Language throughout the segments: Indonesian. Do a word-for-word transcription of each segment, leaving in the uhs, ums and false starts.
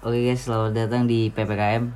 Oke guys, selamat datang di P P K M.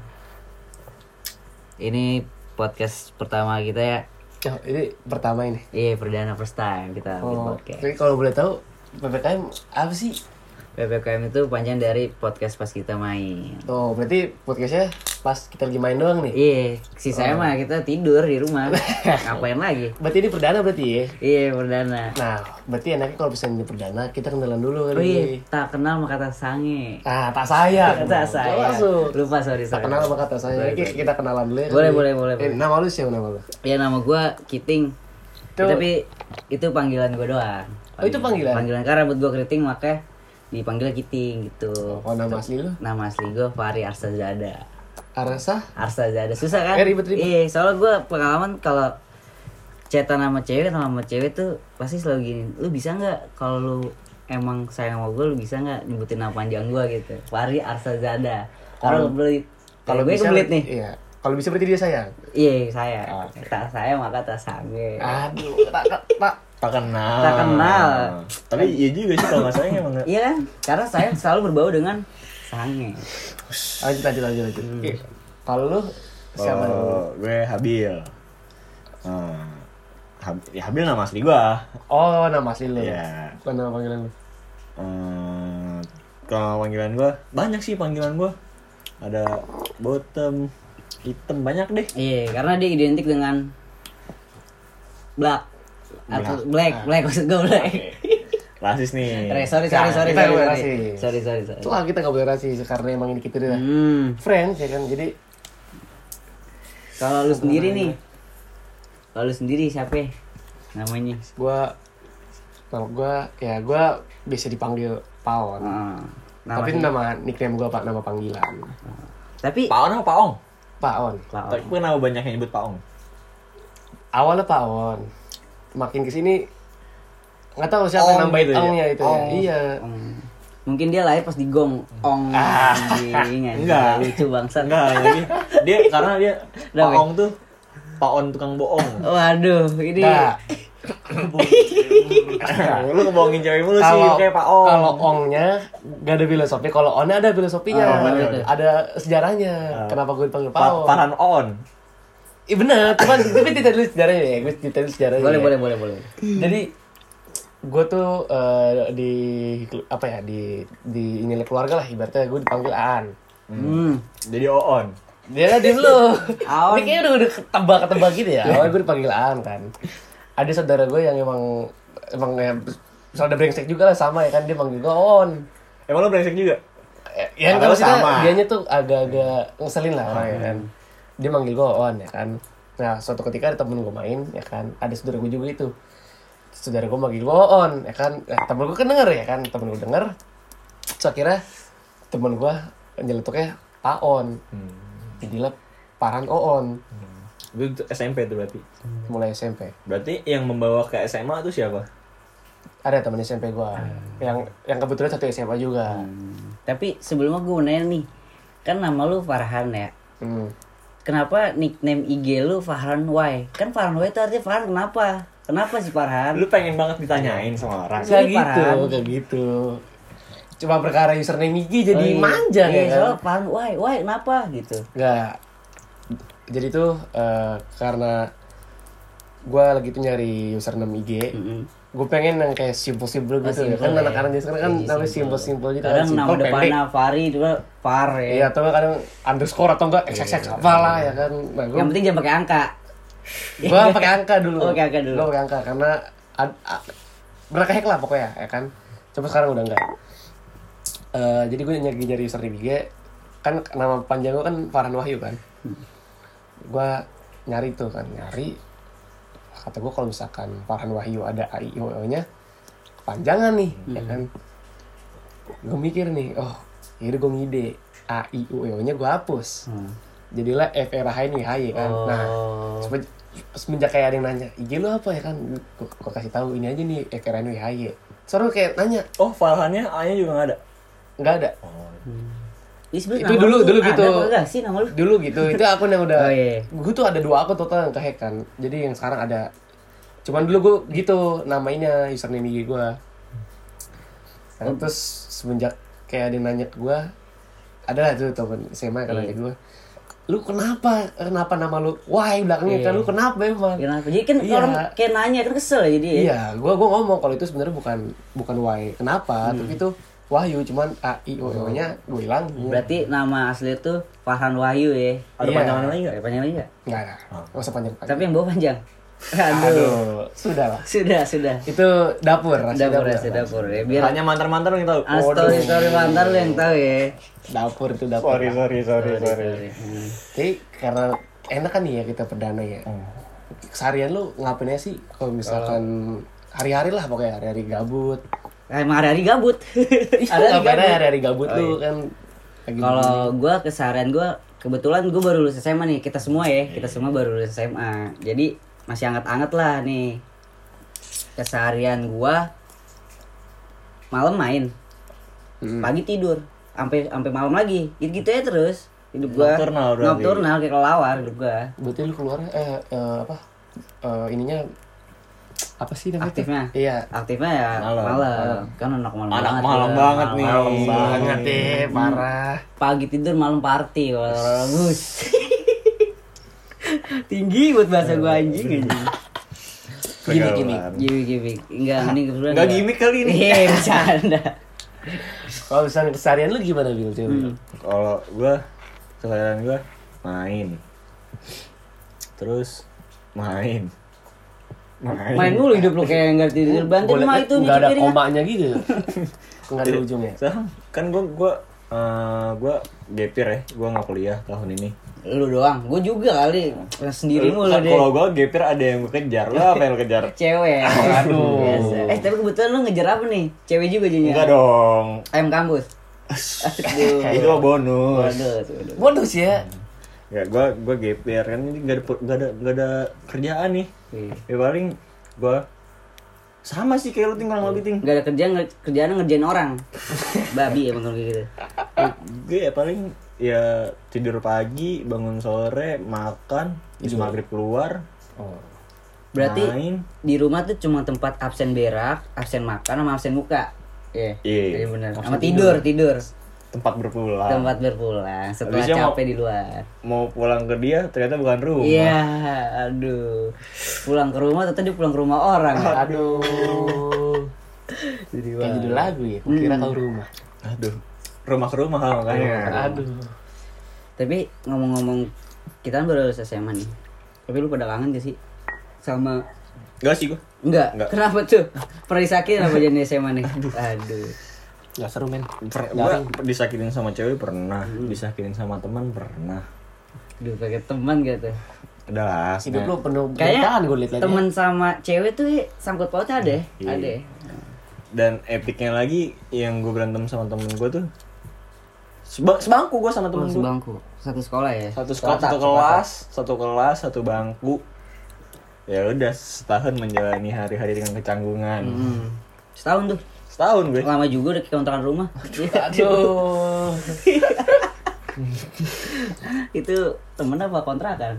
Ini podcast pertama kita ya. Oh, ini pertama ini. Iya, perdana first time kita bikin Oh, podcast. tapi kalau boleh tahu P P K M apa sih? P P K M itu panjang dari podcast pas kita main. Oh, berarti podcastnya pas kita lagi main doang nih. Iya, si saya mah kita tidur di rumah. Ngapain lagi? Berarti ini perdana berarti ya? Iya, perdana. Nah, berarti enaknya kalau misalnya ini perdana kita kenalan dulu kali. Oh iya, tak kenal sama kata sange. Ah, tak sayang. Tak saya. Langsung. Lupa, sorry, Tak sorry. kenal sama kata saya. Boleh, Oke, boleh. kita kenalan dulu ya. Boleh, kali. boleh, boleh, Eh, boleh. nama lu siapa nama lu? Ya nama gua Kiting. Tuh. Tapi itu panggilan gua doang. Oh, itu panggilan? Panggilan karena buat gua keriting makanya dipanggil Kiting gitu. Oh, nama asli lu? Nama asli gua Fahri Arsazada. Arasa? Arsazada susah kan? Eh, ribet-ribet. Iya, soalnya gua pengalaman kalau chatan sama cewek sama sama cewek tuh pasti selalu gini. Lu bisa nggak kalau lu emang sayang sama gua, lu bisa nggak nyebutin nama panjang gua gitu? Fahri Arsazada. Kalau Kalau- beli Kalau gue bisa kebelit nih. Iya. Kalau bisa berarti dia sayang. Iya, saya. Oke. Tak saya maka tak sange. Aduh, tak tak Tak kenal. Tak kenal. Tapi iya juga sih kalau nggak sayang emang nggak. Iya kan? Karena saya selalu berbau dengan sange. Lanjut lanjut lanjut lanjut. Oke. Kalau lu siapa? lu? Oh, gue Habil. Hmm. Hab- ya, Habil nama asli gue. Oh, nama asli lu. Iya. Bukan nama panggilan lu. Hmm. Kalau panggilan gue banyak sih panggilan gue. Ada bottom, hitam banyak deh. Iya, karena dia identik dengan black atau black, black maksud gue black. Rasis nih. Sorry, sorry, sorry, Nah, sorry, kita sorry, boleh sorry, rasis. sorry, sorry, sorry. Itulah kita gak boleh rasis karena emang ini kita udah Hmm, friends ya kan. Jadi kalau lu sendiri nih, kalau lu sendiri siapa ya namanya? gua nama gua ya gua bisa dipanggil Paon. Ah, Tapi namanya- nama nickname gua Pak, nama panggilan. tapi Paon apa Paong? Paon. Paon. Tapi kenapa banyak yang nyebut Paong? Awalnya Paon. Makin kesini nggak tahu siapa Ong yang nambahin gitu ya? ongnya itu. Ong. Ya. Iya. Hmm. Mungkin dia lahir pas digong ong Ah. anjing, anjing. Enggak. Lucu bangsat. Enggak lagi. Dia karena dia Kenapa? Paong tuh Paon tukang bohong. Waduh, ini Nah, Lu ngebohongin cewek mulu sih kalau kayak Paong. kalau ongnya gak ada filosofi, kalau onnya ada filosofinya, Oh, bener. ada sejarahnya. Kenapa gue dipanggil Pa- Paon? Farhan On. Iya benar, cuman tapi tidak dulu sejarahnya ya, gue ceritain sejarahnya. boleh, ya. boleh, boleh, boleh. Jadi gue tuh eh, di apa ya di di ini keluarga lah ibaratnya gue dipanggil Aan. Hmm. Jadi Oon. Dia lah diem lu. Aon. Ini kayaknya udah udah ketebak-ketebak gitu ya. Awalnya gue dipanggil Aan kan. Ada saudara gue yang emang emang ya saudara brengsek juga lah sama ya kan, dia manggil gue On. Emang lo brengsek juga? Eh, Ya Atau enggak maksudnya sama? dianya tuh agak-agak ngeselin lah orang ya kan. Dia manggil gue On ya kan. Nah suatu ketika ada temen gue main ya kan, ada saudara gue juga itu. Saudara gue manggil gue On ya kan. Nah, temen gue kan denger ya kan, temen gue denger. Terus akhirnya temen gue nyeletuknya Paon. Jadilah Paran Oon. Itu S M P tuh berarti. Mulai S M P. Berarti yang membawa ke S M A tuh siapa? Ada temen S M P gue yang yang kebetulan satu S M A juga. Hmm. Tapi sebelumnya gue mau nanya nih, kan nama lu Farhan ya. Hmm. Kenapa nickname I G lu Farhan Y? Kan Farhan Y itu artinya Farhan kenapa? Kenapa sih Farhan? Lu pengen banget ditanyain sama orang. Gak Ini gitu, Farhan. gak gitu. Cuma perkara username I G jadi Oh, iya. manja iya, ya kan. soalnya Farhan Y, Y kenapa gitu? Gak. Jadi tuh eh, karena gue lagi tuh nyari username I G, Mm-mm. gue pengen yang kayak simple-simple Oh, gitu ya. simple Kan ya. anak-anak di sekarang kan Iya, namanya simple. simple-simple gitu. Kadang kan. nama Simple, pendek. depannya Fari itu Far ya. Iya, atau nggak kadang underscore atau enggak X X X apalah ya kan. Nah, gue Yang penting jangan pakai angka. gue pakai angka dulu. Oh, pakai angka dulu. Gue pakai angka karena ad, ad, berapa hack lah pokoknya ya kan. Coba sekarang udah enggak. Eh, jadi gue nyari nyari username I G, kan nama panjang gue kan Farhan Wahyu kan. Gue nyari tuh kan nyari, kata gue kalau misalkan Farhan Wahyu ada A I O nya kepanjangan nih ya kan. Gue mikir nih, oh yaudah gue ngide A I O nya gue hapus. Hmm. Jadilah F R H N W H Y kan. Nah, Oh. semen- semenjak kayak ada yang nanya, I G lu apa ya kan? Gue kasih tahu ini aja nih F R N W H Y. Soalnya kayak nanya, Oh, Farhannya A-nya juga nggak ada. nggak ada. Ini sebenarnya Itu nama dulu- lu dulu ada gitu. apa enggak sih nama lu? Dulu gitu, itu akun yang udah. Oh, iya. Gue tuh ada dua akun total yang kehack kan. Jadi yang sekarang ada. Cuman dulu gue gitu namainnya username I G gue. Nah, terus semenjak kayak ada yang nanya ke gue, ada lah tuh temen S M A kan Iya. adik gue. Lu kenapa? Kenapa nama lu? Wah, belakangnya Iya. kan lu kenapa emang? Kenapa? Jadi kan Iya. orang kayak nanya kan kesel ya jadi. ya. Iya, gua gua ngomong kalau itu sebenarnya bukan bukan why. Kenapa? Hmm. Tapi itu Wahyu, cuman A I O O-nya gue hilang. Berarti nama asli itu Farhan Wahyu ya. Ada Iya. panjangan lagi nggak? Ada panjang lagi nggak? Enggak ada. Enggak usah panjang-panjang. Tapi yang bawah panjang. Aduh. Aduh, sudah lah. Sudah, sudah. Itu dapur, rahasia Dapur, rahasia dapur ya. Biar Hanya mantar-mantar yang tahu. ah, story story mantar lu yang tahu ya. Dapur itu dapur. Sorry, sorry, sorry, sorry. Hmm. Jadi karena enak kan nih ya kita perdana ya. Seharian lu ngapain aja sih? Kalau misalkan hari-hari lah pokoknya hari-hari gabut. Emang hari-hari gabut. Ada Hari-hari ngapain aja gabut. hari-hari gabut Oh, lu iya. kan lagi Kalau gua keseharian gua kebetulan gua baru lulus S M A nih. Kita semua ya, kita semua baru lulus S M A. Jadi masih anget-anget lah nih. Keseharian gua malam main, Hmm. pagi tidur, sampai sampai malam lagi. Gitu-gitu ya terus. Hidup gua Nocturnal berarti. nocturnal kayak kelelawar hidup gua. Berarti lu keluar eh, eh apa? Eh, ininya apa sih namanya? tuh? Aktifnya? Iya. Aktifnya ya Malam. malam. Kan anak malam Anak banget. malam gua. banget nih. Malam Banget deh, parah. Pagi tidur malam party kalau bagus. Tinggi buat bahasa gua anjing anjing. Gimik, gimik. Gimik gimik. Enggak, ini kebetulan. Nggak gimik kali ini. Iya, bercanda. Kalau misalnya keseharian lu gimana, Bil? Coba. Hmm. Kalau gua keseharian gua main. Terus main. Main. Main mulu hidup lu kayak enggak tidur. Bantu Boleh- mah itu nggak ada nyuci piringnya. komanya gitu. Enggak ada ujungnya. Sam, kan gua gua eh, gua gapir ya. Gua nggak kuliah tahun ini. Lu doang. Gua juga kali. Sendiri mulu Kan deh. Kalau gua gapir ada yang gua kejar. Lu apa yang lu kejar? Cewek. Aduh. Biasa. Eh, tapi kebetulan lu ngejar apa nih? Cewek juga jadinya. Enggak dong. Ayam kampus. Aduh. Itu mah bonus. Waduh, waduh. Bonus ya. Ya, gua gua gapir kan ini enggak ada enggak ada enggak ada kerjaan nih. Iya. Ya paling gua sama sih kayak lu tinggal lebih ting. Gak ada kerjaan, nge- kerjaan ngerjain orang. Babi emang kalau kayak gitu. Gue ya paling ya tidur pagi, bangun sore, makan, habis maghrib keluar, Oh. Berarti main. di rumah tuh cuma tempat absen berak, absen makan, sama absen muka. Iya. Iya. Iya benar. Absen Sama tidur, tidur. Tempat berpulang. Tempat berpulang setelah Habisnya mau- capek di luar. Mau pulang ke dia ternyata bukan rumah. Iya, aduh. Pulang ke rumah ternyata dia pulang ke rumah orang. Aduh. Jadi Kayak judul lagu ya. Gua kira kau rumah. Aduh. Rumah ke rumah makanya. Aduh. Tapi ngomong-ngomong, kita kan baru lulus S M A nih. Tapi lu pada kangen gak sih sama? Enggak sih gua. Enggak. Enggak. Kenapa tuh? Pernah disakitin apa jadi S M A nih? Aduh. Enggak seru, men. Per- gua disakitin sama cewek pernah, disakitin sama teman pernah. Duh, pakai teman gitu. Udah lah. Hidup lu penuh Kayaknya bertahan gue liat lagi. temen sama cewek tuh ya, sangkut pautnya ada ya? Iya. Ada ya? Dan epicnya lagi yang gue berantem sama temen gue tuh seba- sebangku gue sama temen Oh, gue. sebangku. Satu sekolah ya? Satu sekolah, Sekotak, satu sekotak. kelas, satu kelas, satu bangku. Ya udah setahun menjalani hari-hari dengan kecanggungan. Hmm. Setahun tuh. Setahun gue. Lama juga udah kontrakan rumah. Aduh. Itu temen apa kontrakan?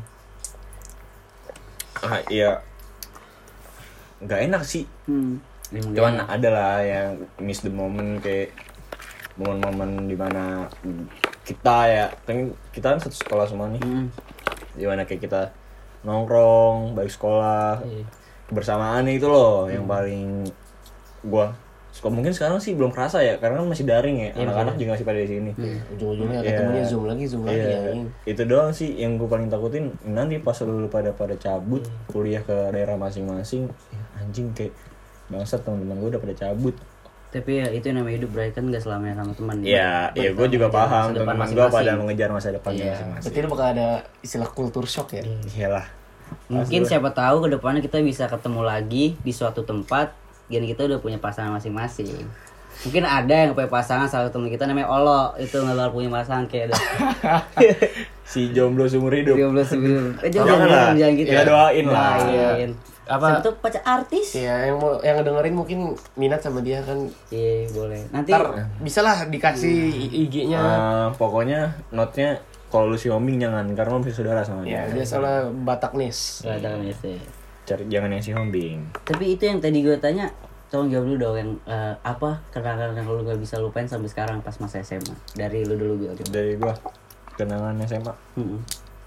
Ah iya. Nggak enak sih. Hmm. Emang Cuman enak. ada lah yang miss the moment kayak momen-momen dimana kita ya kan kita kan satu sekolah semua nih. Hmm. Dimana kayak kita nongkrong balik sekolah Iya. kebersamaan itu loh yang paling gua suka. Mungkin sekarang sih belum kerasa ya karena kan masih daring ya, Iya, anak-anak betul. juga masih pada di sini. Ujung-ujungnya Iya. ketemunya Zoom lagi, Zoom lagi Iya, anjing. itu doang sih yang gue paling takutin nanti pas lu pada pada cabut kuliah ke daerah masing-masing, ya, anjing kayak bangsat teman-teman gue udah pada cabut. Tapi ya itu yang namanya hidup, berarti kan gak selamanya sama teman. Iya, iya gue juga Mengejar paham masa depan teman-teman gue masing-masing. pada mengejar masa depannya Iya. masing-masing. Berarti lu bakal ada istilah kultur shock ya? Iyalah. Mungkin siapa tahu ke depannya kita bisa ketemu lagi di suatu tempat dan kita udah punya pasangan masing-masing. Mungkin ada yang punya pasangan, salah satu teman kita namanya Olo, itu nggak bakal punya pasangan kayak ada. Si jomblo seumur hidup. tiga belas sebelum. Eh jangan Jangan lah. jangan gitu. Ya, doain lah. Doain. Apa? Siapa tuh pacar artis? Iya, yang mau yang ngedengerin mungkin minat sama dia kan. Iya, boleh. Nanti Ntar bisa lah dikasih I G-nya. Eh, pokoknya note-nya kalau lu si Homing jangan karena lu masih saudara sama Ya, dia. dia salah Batak Nis. ada kan ya. Cari jangan yang si Homing. Tapi itu yang tadi gue tanya, tolong jawab dulu dong yang uh, apa kenangan yang lu gak bisa lupain sampai sekarang pas masa S M A dari lu dulu Bil. Dari gua kenangan S M A. Hmm.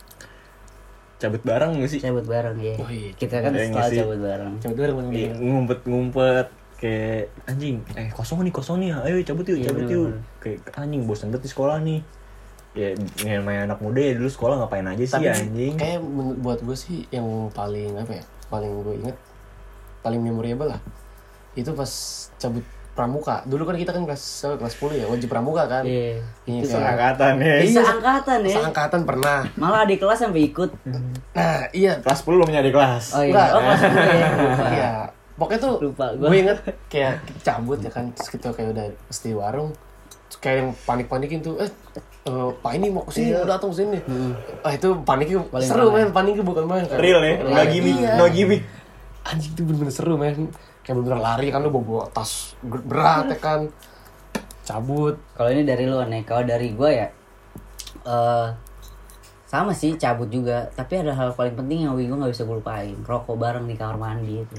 Cabut bareng gak sih? Cabut bareng ya. Oh, iya. Kita kan Iya, selalu sih. cabut bareng. Coba dulu yang Iya, ngumpet-ngumpet kayak anjing, eh kosong nih kosong nih, ayo cabut yuk Iya, cabut bener, yuk. bener. Kayak anjing bosan banget di sekolah nih. Ya namanya anak muda ya dulu sekolah ngapain aja sih Tapi anjing. kayak men- buat gue sih yang paling apa ya, paling gue inget, paling memorable lah, itu pas cabut pramuka. Dulu kan kita kan kelas kelas sepuluh ya, wajib pramuka kan. Iya. Iya Itu kan. Seangkatan ya. Bisa angkatan ya. Seangkatan pernah. Malah adik kelas sampai ikut. Nah iya. Kelas sepuluh belum nyari kelas. Oh iya. Enggak. Oh kelas sepuluh ya. Lupa. Iya. Pokoknya tuh Lupa gua. gue inget kayak cabut ya kan, terus kita kayak udah mesti warung, terus kayak yang panik-panikin tuh, eh eh, Pak ini mau kesini, mau datang kesini. Ah itu paniknya Paling seru ramai. men, paniknya bukan main. Kayak- Real ya, nggak gimmick, Iya. no gimmick. Anjing itu bener-bener seru men, kayak bener-bener lari kan, lu bawa tas berat ya kan, cabut. Kalau ini dari lu nih, kalau dari gua ya eh sama sih cabut juga, tapi ada hal paling penting yang gue nggak bisa gue lupain, rokok bareng di kamar mandi itu.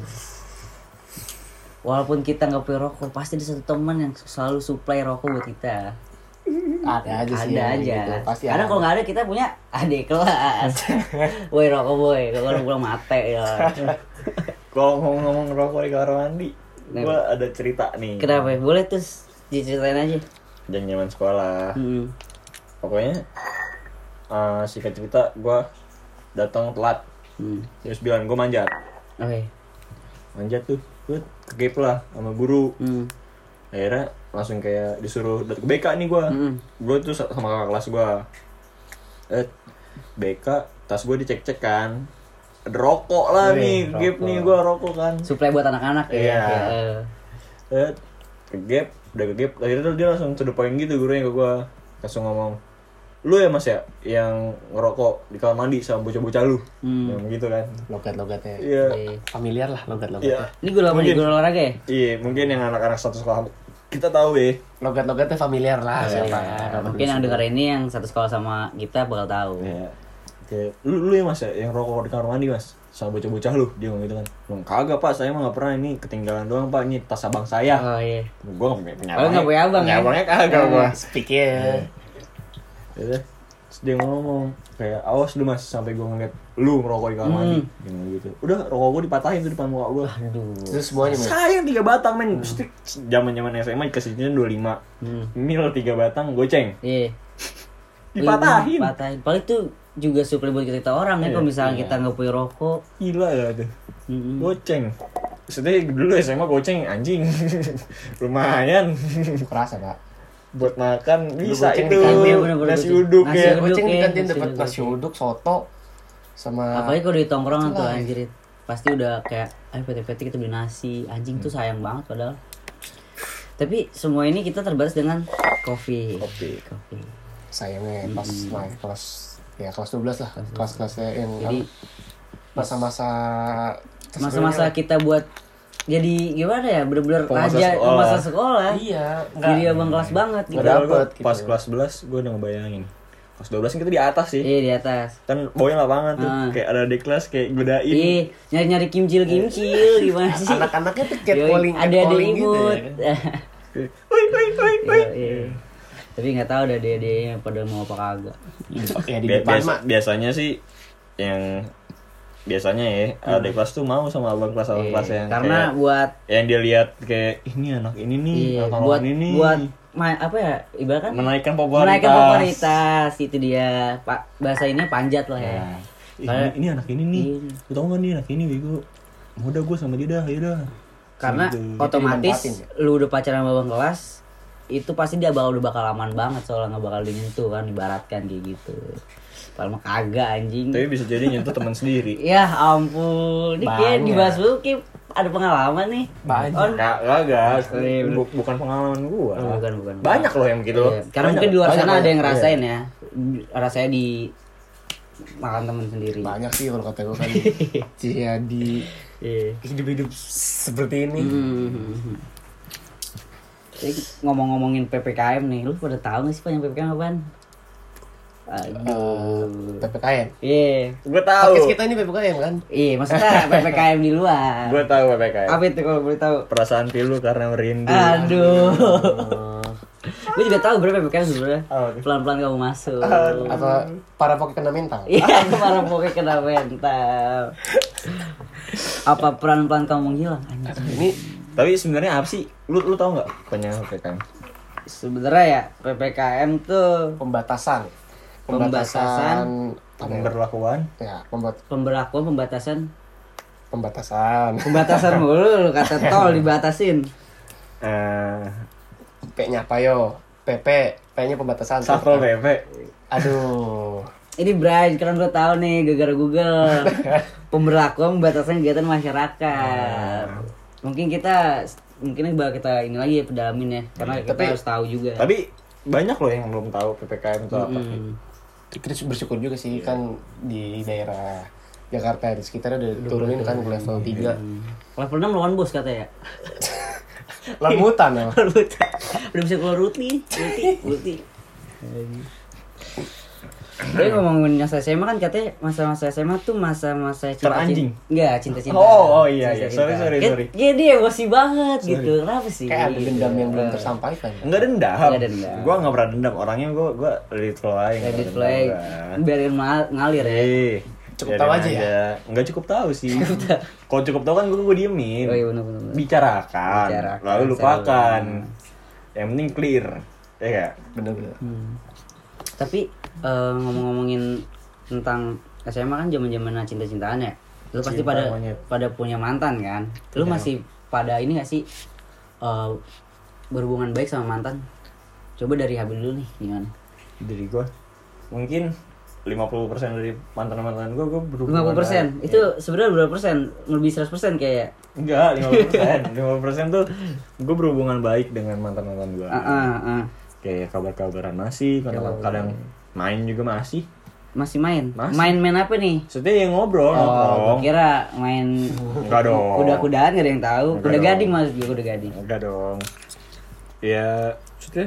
Walaupun kita nggak punya rokok, pasti ada satu teman yang selalu supply rokok buat kita. Ada aja sih. Ada yang aja. gitu. Pasti Kadang ada. kalau nggak ada kita punya adik kelas. Woi rokok boy, kalau pulang mate ya. Kalau ngomong-ngomong rokok di kamar mandi, gua ada cerita nih. Kenapa? Boleh tuh diceritain aja. Jangan zaman sekolah. Hmm. Pokoknya eh, singkat cerita gua datang telat. Hmm. Terus bilang gua manjat. Oke. Manjat tuh, gue kegep lah sama guru. Hmm. Akhirnya langsung kayak disuruh datang ke B K nih gua. Hmm. Gue tuh sama kakak kelas gua. Eh B K tas gue dicek-cek kan. Ada rokok lah Wih, nih, gap rokok. nih gua rokok kan. Supply buat anak-anak ya. Iya. Ya. Eh ke gap, udah ke gap. Akhirnya tuh dia langsung to the point gitu gurunya ke gua. Langsung ngomong, "Lu ya Mas ya yang ngerokok di kamar mandi sama bocah-bocah lu?" Hmm. Yang gitu kan. Logat-logatnya. Iya. Oke. Familiar lah Iya. logat-logatnya. Ini gue lama nih, Mungkin. gue olahraga ya? Iya, mungkin yang anak-anak satu sekolah kita tahu ya. Logat-logatnya familiar lah Iya, siapa. Ya, mungkin yang denger ini yang satu sekolah sama kita bakal tahu. Iya. Kayak lu, lu ya Mas ya yang rokok di kamar mandi Mas sama bocah-bocah lu, dia ngomong gitu kan. Lu kagak Pak, saya mah nggak pernah, ini ketinggalan doang Pak, ini tas abang saya. Oh iya. Gua nggak punya punya Oh, nggak punya abang, punya ya? abangnya kagak gua. Speaknya. Gitu. Terus dia ngomong kayak awas lu Mas sampai gua ngeliat lu ngerokok di kamar mandi. Dia ngomong gitu. Udah rokok gua dipatahin tuh depan muka gua. Aduh. Terus semuanya men. Sayang tiga batang men. Mesti zaman-zaman S M A dikasihnya dua puluh lima. Hmm. Ini lo tiga batang goceng. Iya. Dipatahin. Patahin. Paling itu juga supply buat kita orang ya, Iya, kalau misalnya iya. kita nggak punya rokok. Gila ya tuh. Mm-mm. Goceng. Maksudnya dulu S M A goceng anjing. Lumayan. Kerasa pak. Buat makan bisa goceng itu. di kantin, bener-bener Nasi goceng. uduk Nasi ya. uduk. Goceng di ya, kantin nasi dapat uduk, nasi iya. uduk, soto, sama. Apalagi kalau di tongkrongan tuh Jelas. anjir. Pasti udah kayak ayo P T P T kita beli nasi. Anjing tuh sayang banget padahal. Tapi semua ini kita terbatas dengan kopi. Kopi. Kopi. Sayangnya pas naik kelas ya kelas dua belas lah, kelas-kelasnya yang Jadi masa-masa masa-masa kita buat jadi gimana ya, bener-bener Penguasa raja sekolah. masa sekolah. iya Jadi abang kelas banget gitu. Nggak dapet. Padahal gitu. pas kelas sebelas gue udah ngebayangin. Kelas dua belas kan kita di atas sih. Iya di atas. Kan bawahnya lapangan tuh. Ah. Kayak ada di kelas kayak godain. Ih, nyari-nyari kimcil-kimcil gimana sih? anak-anaknya tuh Yoi, catcalling ada ada catcalling gitu imut. ya. Woi woi woi woi. Iya, iya. Tapi nggak tahu ada dia-dia pada mau apa kagak. Ya di Bi- depan biasa- mah biasanya sih yang biasanya ya ada kelas tuh mau sama abang kelas abang Iya, kelas yang karena kayak- buat yang dia lihat kayak ini anak ini nih iya, anak buat ini buat ma- apa ya ibaratkan menaikkan popularitas. menaikkan popularitas itu dia pak bahasa ini panjat lah ya. Ya. Ih, Karena- ini, ini anak ini nih. Iya. Lu tau gak nih anak ini bego. Mau dah gue sama dia dah, ya dah. Karena Gitu. otomatis dimanfaatin ya? lu udah pacaran sama abang kelas itu pasti dia bakal udah bakal aman banget soalnya nggak bakal dinyentuh kan ibaratkan kayak gitu. Padahal mah kagak anjing. Tapi bisa jadi nyentuh teman sendiri. Ya ampun, ini kayak Banyak. dibahas dulu Kip. Ada pengalaman nih. Banyak. On. Kak, kagak. Iya, bener. Bu- bukan pengalaman gua. Oh, bukan, bukan. Banyak loh yang begitu. Iya. Karena Banyak. mungkin di luar Banyak, sana ada banyak. yang ngerasain Iya. ya. Rasanya di makan temen sendiri. banyak sih kalau kata gue kan. Iya di Iya. hidup-hidup seperti ini. Hmm. Jadi ngomong-ngomongin P P K M nih, lu pada tahu gak sih Pak yang P P K M apaan? Aduh. P P K M. Iya. Gue tahu. Podcast kita ini P P K M kan? Iya, maksudnya P P K M di luar. Gue tahu P P K M. Apa itu kalau boleh tahu? Perasaan pilu karena merindu. Aduh. Gue juga tahu berapa P P K M sebenarnya. Oh. Pelan-pelan kamu masuk. Apa para pokok kena mental? Iya, para pokoknya kena mental. Apa pelan-pelan kamu menghilang? Anjing. Ini Tapi sebenarnya apa sih? Lu lu tahu nggak kepanjangan P P K M? Sebenarnya ya P P K M tuh pembatasan. Pembatasan. Pemberlakuan. Ya, pembat pemberlakuan pembatasan pembatasan. pembatasan mulu lu kata tol dibatasin. Eh, P-nya apa yo? P P, P-nya pembatasan. Satpol P P. Aduh. Ini Brian, karena gue tahu nih gara-gara Google pemberlakuan pembatasan kegiatan masyarakat. Mungkin kita mungkin bakal kita ini lagi ya pedalamin ya, karena kita Tapi- harus tahu juga. Tapi banyak loh yang belum tahu P P K M itu apa. Hmm. Kita bersyukur juga sih kan di daerah Jakarta di sekitarnya udah turunin kan ke level tiga. Level enam lawan bos katanya ya. Lambutan ya. Udah bisa keluar ruti, ruti, ruti. Tapi ngomongin masa S M A kan katanya masa-masa S M A tuh masa-masa cinta Teranjing. Enggak, cinta-cinta. Oh, oh iya, iya. Cinta-cinta. Sorry, sorry, Kan sorry. dia dia emosi banget gitu. Kenapa sih? Kayak ada Gitu. dendam yang belum tersampaikan. Enggak dendam. Enggak dendam. Gua enggak pernah dendam. Orangnya gua gua let it flow aja. Credit nggak play, dendam, kan. biarin mal- ngalir ya. Eh, Cukup biarin tahu aja ya? Enggak cukup tahu sih. Kalau cukup tahu kan gua gua diemin. Oh iya benar-benar. Bicarakan, Bicarakan, lalu lupakan. sama. Yang penting clear. Ya enggak? Bener-bener. Hmm. Tapi eh, ngomong-ngomongin tentang S M A kan zaman-zaman cinta-cintaan ya. Lu pasti Cinta pada monyet. pada punya mantan kan? Lu Iya. masih pada ini gak sih eh, berhubungan baik sama mantan? Coba dari Habil dulu nih gimana? Dari gua mungkin lima puluh persen dari mantan-mantan gua gua berhubungan. lima puluh persen. baik. Itu sebenarnya berapa persen? Lebih seratus persen kayak. Enggak, lima puluh persen. lima puluh persen tuh gue berhubungan baik dengan mantan-mantan gue. Ah ah ah. Kayak kabar-kabaran masih, kadang-kadang main juga masih. Masih main? Masih. Main-main apa nih? Maksudnya yang ngobrol, Oh, nongkrong. gua kira main Enggak dong. kuda-kudaan gak ada yang tahu. Enggak Kuda dong. gading maksud gue, kuda gading. Enggak dong. Ya, maksudnya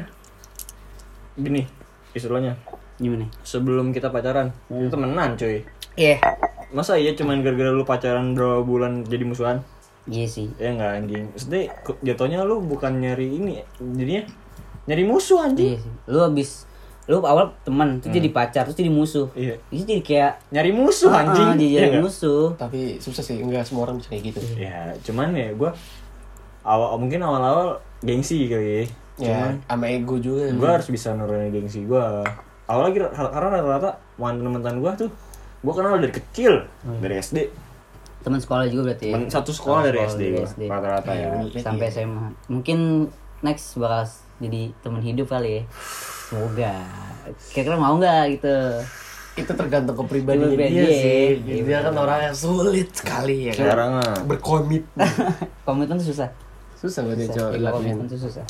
gini, istilahnya. Gimana? Sebelum kita pacaran, itu temenan cuy. Iya. Masa iya cuman gara-gara lu pacaran berapa bulan jadi musuhan? Iya sih. Ya enggak anjing. Maksudnya kok jatuhnya lu bukan nyari ini, jadinya nyari musuh anjing. Iya sih. Lu abis lu awal teman, terus jadi pacar, terus jadi musuh. Iya. Itu jadi kayak Nyari musuh ah, anjing. ah, jadi Iya jadi nggak? musuh. Tapi susah sih, enggak semua orang bisa kayak gitu. Ya, cuman ya gue awal mungkin awal-awal gengsi kali ya. Ya, Cuman sama ego juga. gue harus bisa nurunin gengsi gue. Awalnya kira- karena rata-rata mantan-mantan gue tuh gue kenal dari kecil, dari S D. Teman sekolah juga berarti. Temen satu sekolah dari Sekolah S D, dari gua. S D. Rata-rata ya. Iya. Sampai S M A. Mungkin next bakal jadi teman hidup kali ya. Semoga. Kira-kira mau nggak gitu? Itu tergantung kepribadian Kepribadian, dia sih. iya. Dia kan orang yang sulit sekali ya kan. Sekarang ah. Berkomit. Komitmen tuh susah. Susah buat dia Susah. cowok Iya, lakuin. komitmen tuh susah.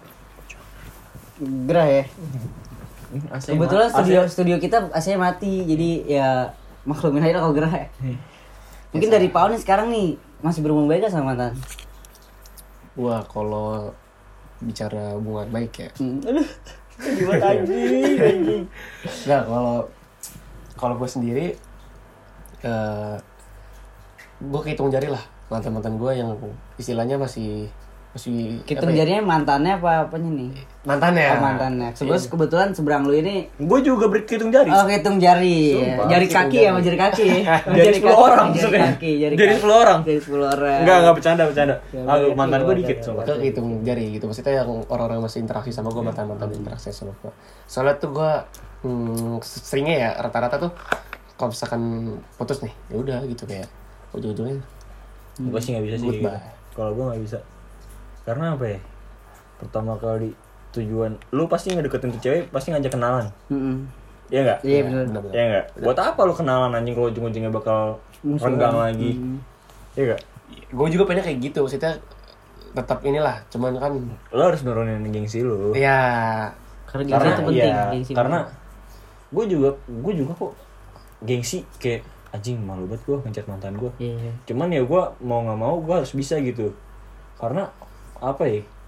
Gerah ya. A C Kebetulan A C studio studio kita A C mati, jadi ya maklumin aja lah kalau gerah ya. Mungkin dari Paul nih sekarang nih masih berhubungan baik gak sama mantan? Wah, kalau bicara hubungan baik ya. Hmm. Aduh, gimana anjing, anjing. Enggak, kalau kalau gue sendiri eh gue kehitung jari lah mantan-mantan gue yang istilahnya masih masih Hitung apa ya? jarinya mantannya apa apanya nih? mantannya. Oh, mantannya. Sebelum kebetulan seberang lu ini Gue juga berhitung jari. oh hitung jari, Sumpah, jari hitung kaki jari. ya, sama jari kaki. Sama Jari sepuluh kaki, orang jari maksudnya. kaki, jari Jari kaki. sepuluh orang. Jari sepuluh orang. Enggak, enggak bercanda, bercanda. Ya, Ah, berarti mantan gue wajar. dikit sumpah. Gue kehitung jari gitu, maksudnya yang orang-orang masih interaksi sama gue, mantan-mantan interaksi sama gue. Soalnya tuh gue hmm, seringnya ya rata-rata tuh kalau misalkan putus nih, ya udah gitu kayak ujung-ujungnya Gue sih nggak bisa sih. Goodbye. Gitu. Kalau gue nggak bisa. Karena apa ya? Pertama kali tujuan lu pasti ngedeketin tuh cewek pasti ngajak kenalan. Mm-mm. Iya nggak? Iya benar. benar-benar. Iya nggak? Buat apa lu kenalan anjing kalau ujung-ujungnya bakal Musuhan. renggang lagi? Mm. Iya nggak? Gue juga pengen kayak gitu, maksudnya tetap inilah, cuman kan Lu harus nurunin gengsi lu. ya Karena gengsi Karena itu penting. iya, Gengsi karena gue juga gue juga kok gengsi kayak anjing malu banget gue ngecat mantan gue. Iya. Cuman ya gue mau nggak mau gue harus bisa gitu. Karena apa ya?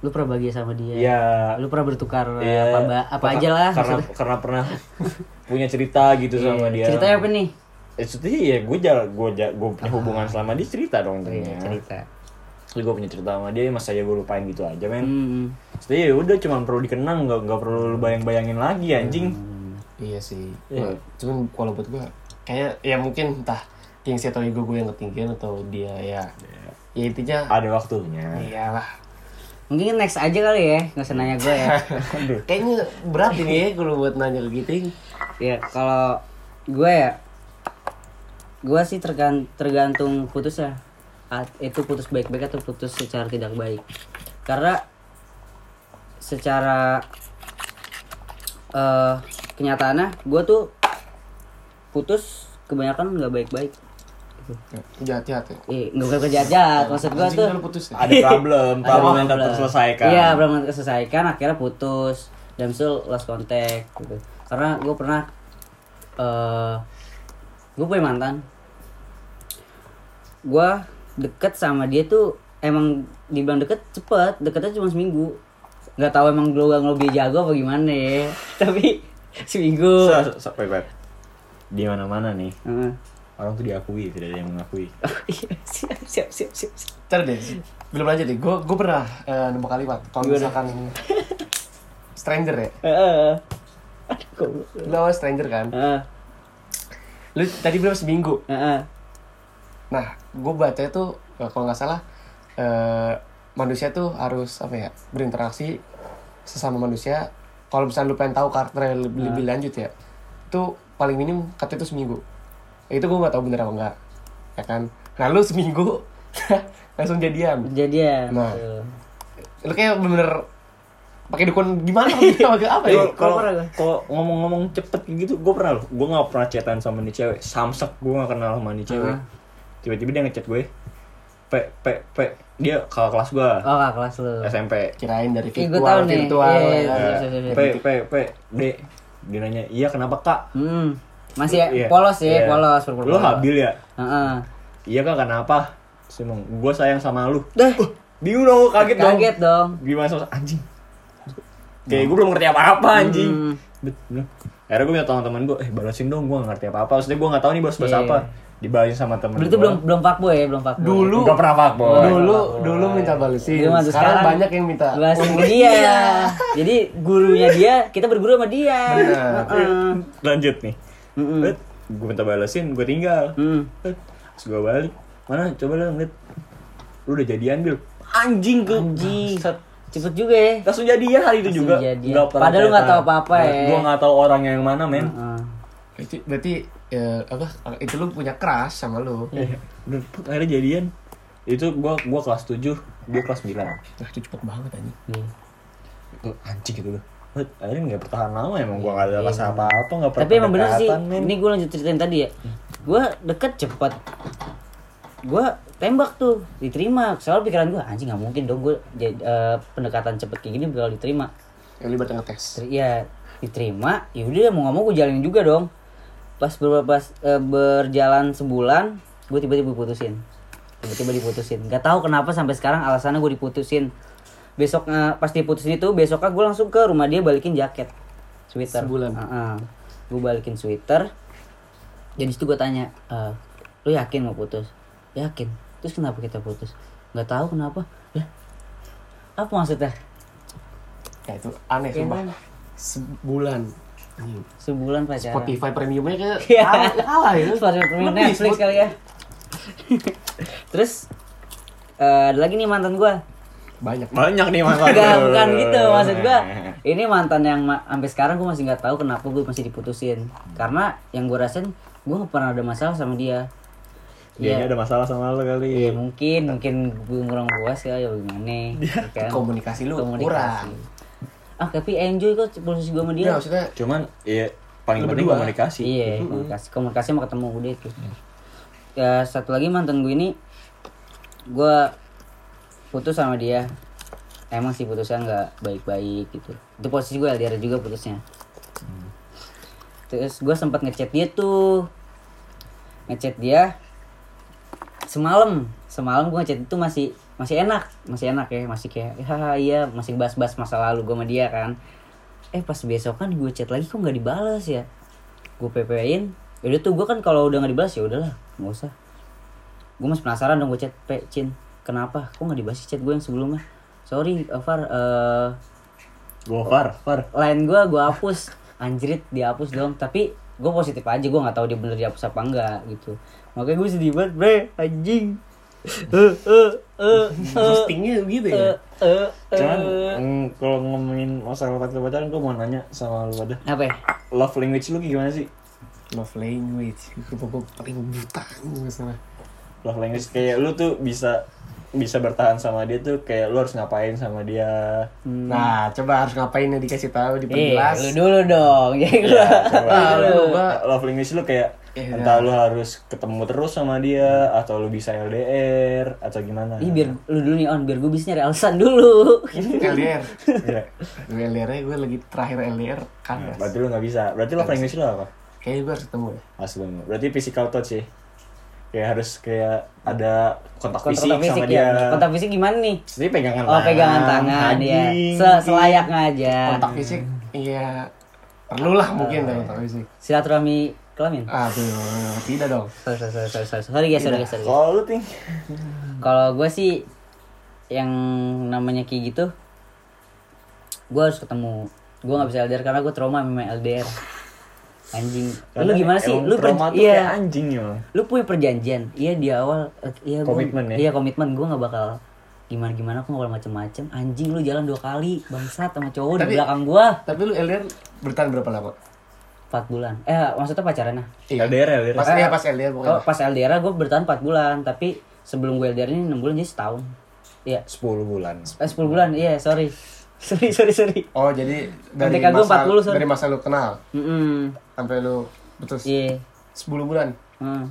lu pernah bahagia sama dia. Iya. Lu pernah bertukar Iya. apa apa Karena- aja lah. Karena maksudnya. karena pernah punya cerita gitu sama dia. Ceritanya apa nih? Eh, Maksudnya ya gue jalan gue gue punya hubungan selama dia cerita dong Iya, tentunya. cerita. Terus gue punya cerita sama dia, masa ya gue lupain gitu aja men. Hmm. Maksudnya ya udah cuma perlu dikenang, nggak nggak perlu lu bayang-bayangin lagi anjing. Iya sih. Iya. Wah, cuman kalau buat gue kayak ya mungkin entah gengsi atau ego gue yang ketinggian atau dia ya ya intinya Ada waktunya. iyalah. Mungkin next aja kali ya, nggak usah nanya gue ya. Aduh. Kayaknya berat ini ya kalau buat nanya ke gitu. Ya kalau gue ya, gue sih tergan- tergantung putusnya. A- Itu putus baik-baik atau putus secara tidak baik. Karena secara eh kenyataannya gue tuh putus kebanyakan nggak baik-baik. Hati-hati. Eh, nggak bukan kerja-jahat. Maksud gue Anjing tuh kan lu putus ya? Ada problem, ada problem yang tak problem. terselesaikan. Iya, belum terselesaikan, akhirnya putus. Dan still lost contact gitu. Karena gue pernah eh gue punya mantan. Gue deket sama dia tuh emang dibilang deket cepet, deketnya cuma seminggu. Nggak tahu emang gue nggak lebih jago apa gimana ya. Tapi seminggu. Sa- sa- baik, baik. Di mana-mana nih, Heeh. orang tuh diakui, tidak ada yang mengakui. Iya, siap, siap, siap, siap. siap. Ntar deh, belum lanjut deh. Gue gue pernah eh, nemu kalimat. Kalau Gimana? misalkan stranger ya, Heeh. Aduh, goblok. lu awal stranger kan. Heeh. Lu tadi bilang seminggu. Heeh. Nah, gue baca tuh eh, kalau nggak salah eh, manusia tuh harus apa ya berinteraksi sesama manusia. Kalau misalnya lu pengen tahu karakternya lebih, lebih lanjut ya, itu paling minim kata itu seminggu. Ya, itu gue nggak tahu bener apa enggak, ya kan. Nah lu seminggu langsung jadian. Kejadian. Nah. Tuh. Lu kayak bener pakai dukun gimana gitu pakai apa ya? Kalau- Kalau pernah gua. kalau ngomong-ngomong cepet kayak gitu, gue pernah loh. Gue nggak pernah chatan sama nih cewek. Samsek gue nggak kenal sama nih cewek. Ah. Tiba-tiba dia ngechat gue. P P P dia kakak kelas gue. Oh, kakak kelas lu. S M P. Kirain dari Ih, virtual gua tahu nih. virtual. Iya, ya. iya, iya, iya, iya. P P P D. Dia nanya, iya kenapa kak? Hmm. Masih Iya. polos ya, Iya. polos, pura-pura Lu polos. habil ya? Heeh. Iya kak kenapa? Terus emang gue sayang sama lu. Dah, Bingung dong, kaget dong. kaget dong. Gimana sama anjing? Kayak gue belum ngerti apa-apa anjing. Hmm. Bet, bener. Akhirnya gue minta tolong temen gue, eh balasin dong, gue gak ngerti apa-apa. Maksudnya gue gak tahu nih bahas-bahas Iya. apa. Dibalasin sama temen Berarti gue. belum belum fuckboy ya, belum fuckboy. Dulu Gak pernah fuckboy. dulu dulu minta balesin. Dia mah tuh Sekarang, banyak yang minta. balasin ke dia. Jadi gurunya dia, kita berguru sama dia. Benar. Heeh. Lanjut nih. Mm-mm. Bet, gue minta balasin, gue tinggal. Hmm. Bet, terus gue balik. Mana coba lu ngeliat. Lu udah jadian Bil. Anjing gue. Anjing. Cepet juga ya. Langsung jadian hari itu Langsung juga. jadian. Nggak pernah Padahal lu nggak chatan. tahu apa-apa ya. Gue gak tahu orangnya yang mana men. Heeh. Itu berarti ya, apa? Itu lu punya crush sama lu. Eh, udah put, akhirnya jadian. Itu gua gua kelas tujuh, dia kelas sembilan. Nah, itu cepet banget anjing. Iya. Itu anjing gitu loh. Bet, akhirnya nggak bertahan lama emang gua nggak ada rasa apa-apa, nggak pernah Tapi emang bener sih, pendekatan, men. ini gue lanjut ceritain tadi ya. Gue deket cepet. Gue tembak tuh, diterima. Soalnya pikiran gue, anjing gak mungkin dong gue uh, pendekatan cepet kayak gini bakal diterima. Yang libat ngetes. Ter- Ya diterima, ya udah mau gak mau gue jalanin juga dong. Pas beberapa pas, uh, berjalan sebulan, gue tiba-tiba diputusin. Tiba-tiba diputusin. Gak tahu kenapa sampai sekarang alasannya gue diputusin. Besok uh, pas diputusin itu, besoknya gue langsung ke rumah dia balikin jaket, sweater. Sebulan. Uh-uh. Gue balikin sweater. Jadi situ gue tanya, e, lu yakin mau putus? Yakin. Terus kenapa kita putus? Gak tahu kenapa. Lah, apa maksudnya? Ya itu aneh sumpah. Gimana? Sebulan. Anjing. Sebulan pacaran. Spotify premiumnya kayak Iya. kalah, kalah ya. Spotify premium Lebih, Netflix Spot- kali ya. Terus eh, ada lagi nih mantan gue. Banyak. Banyak nih masalah. Enggak, bukan gitu maksud gue. Ini mantan yang ma- sampai sekarang gue masih nggak tahu kenapa gue masih diputusin. Karena yang gue rasain gue nggak pernah ada masalah sama dia. Dia ada masalah sama lo kali. Iya mungkin, mungkin gue kurang puas ya, ya gimana? Kan? Komunikasi lu kurang. Ah tapi enjoy kok posisi gue sama dia. Iya, maksudnya Cuman iya paling Lu penting berdua. komunikasi. Iya, komunikasi, komunikasi mau ketemu udah itu. Ya satu lagi mantan gue ini, gue putus sama dia. Emang sih putusnya nggak baik-baik gitu. Itu posisi gue L D R juga putusnya. Terus gue sempat ngechat dia tuh, ngechat dia semalam, semalam gue ngechat itu masih masih enak, masih enak ya, masih kayak haha iya, masih bahas-bahas masa lalu gue sama dia kan. Eh pas besok kan gue chat lagi kok nggak dibalas ya. Gue P P-in, yaudah tuh gue kan kalau udah nggak dibalas ya udahlah, nggak usah. Gue masih penasaran dong, gue chat P Cin, kenapa? Kok nggak dibalas chat gue yang sebelumnya? Sorry, Far, uh, Gue Far, Far. line gue gue hapus, anjrit dihapus dong. Tapi gue positif aja, gue nggak tahu dia bener dihapus apa enggak gitu. Makanya gue sedih banget, bre, anjing. Eh eh eh Postingnya gitu ya. eh Cuman mm, kalau ngomongin masalah pacaran, gue mau nanya sama lu pada. apa ya? Love language lu gimana sih? Love language itu gue paling buta masalah. Love language kayak lu tuh bisa bisa bertahan sama dia tuh kayak lu harus ngapain sama dia. Hmm. Nah, coba harus ngapain ya dikasih tahu, Eh, diperjelas. lu dulu dong. Ya, Ya, coba. Ah, lu gua Love language lu kayak Ya, entah lu harus ketemu terus sama dia atau lu bisa L D R atau gimana. Ih, biar lu dulu nih on, biar gue bisa nyari alasan dulu. L D R. Iya. Gue L D R-nya gue lagi terakhir L D R kan. Nah, berarti lu nggak bisa. Berarti love language lu apa? Kayaknya gue harus ketemu ya. Asli. Berarti physical touch sih. Kayak harus kayak ada kontak fisik Kontak sama fisik dia. ya. Kontak fisik gimana nih? Jadi pegangan Oh, pegangan tangan ya. anjing. Se- Selayaknya aja. Kontak fisik, iya perlu lah mungkin deh kontak fisik. Silaturahmi kelamin. Aduh, tidak dong. Sorry, sorry, sorry, sorry, sorry, sorry guys, sorry guys, sorry guys. Kalau lu ting, Kalau gue sih yang namanya kayak gitu, gue harus ketemu. Gue nggak bisa L D R karena gue trauma sama L D R. Anjing. Lu gimana sih? Lu per- trauma tuh iya. kayak anjing ya. Lu punya perjanjian. Iya di awal, eh, iya gua, Komitmen ya? Iya komitmen. Gue nggak bakal gimana gimana. Aku nggak bakal macem-macem. Anjing lu jalan dua kali, bangsat sama cowok Tapi- di belakang gue. Tapi lu L D R bertahan berapa lama? Empat bulan. Eh maksudnya pacarannya? Iya. L D R, L D R. Pas Eh, ya pas L D R Oh, pokoknya. pas L D R gue bertahan empat bulan. Tapi sebelum gue L D R ini enam bulan jadi setahun. Iya. sepuluh bulan. Eh sepuluh bulan. Iya sorry. Sorry sorry sorry. Oh, jadi dari Kontekan gua masa empat puluh, sorry. dari masa lu kenal Mm-mm. sampai lu putus Iya. sepuluh bulan. Hmm.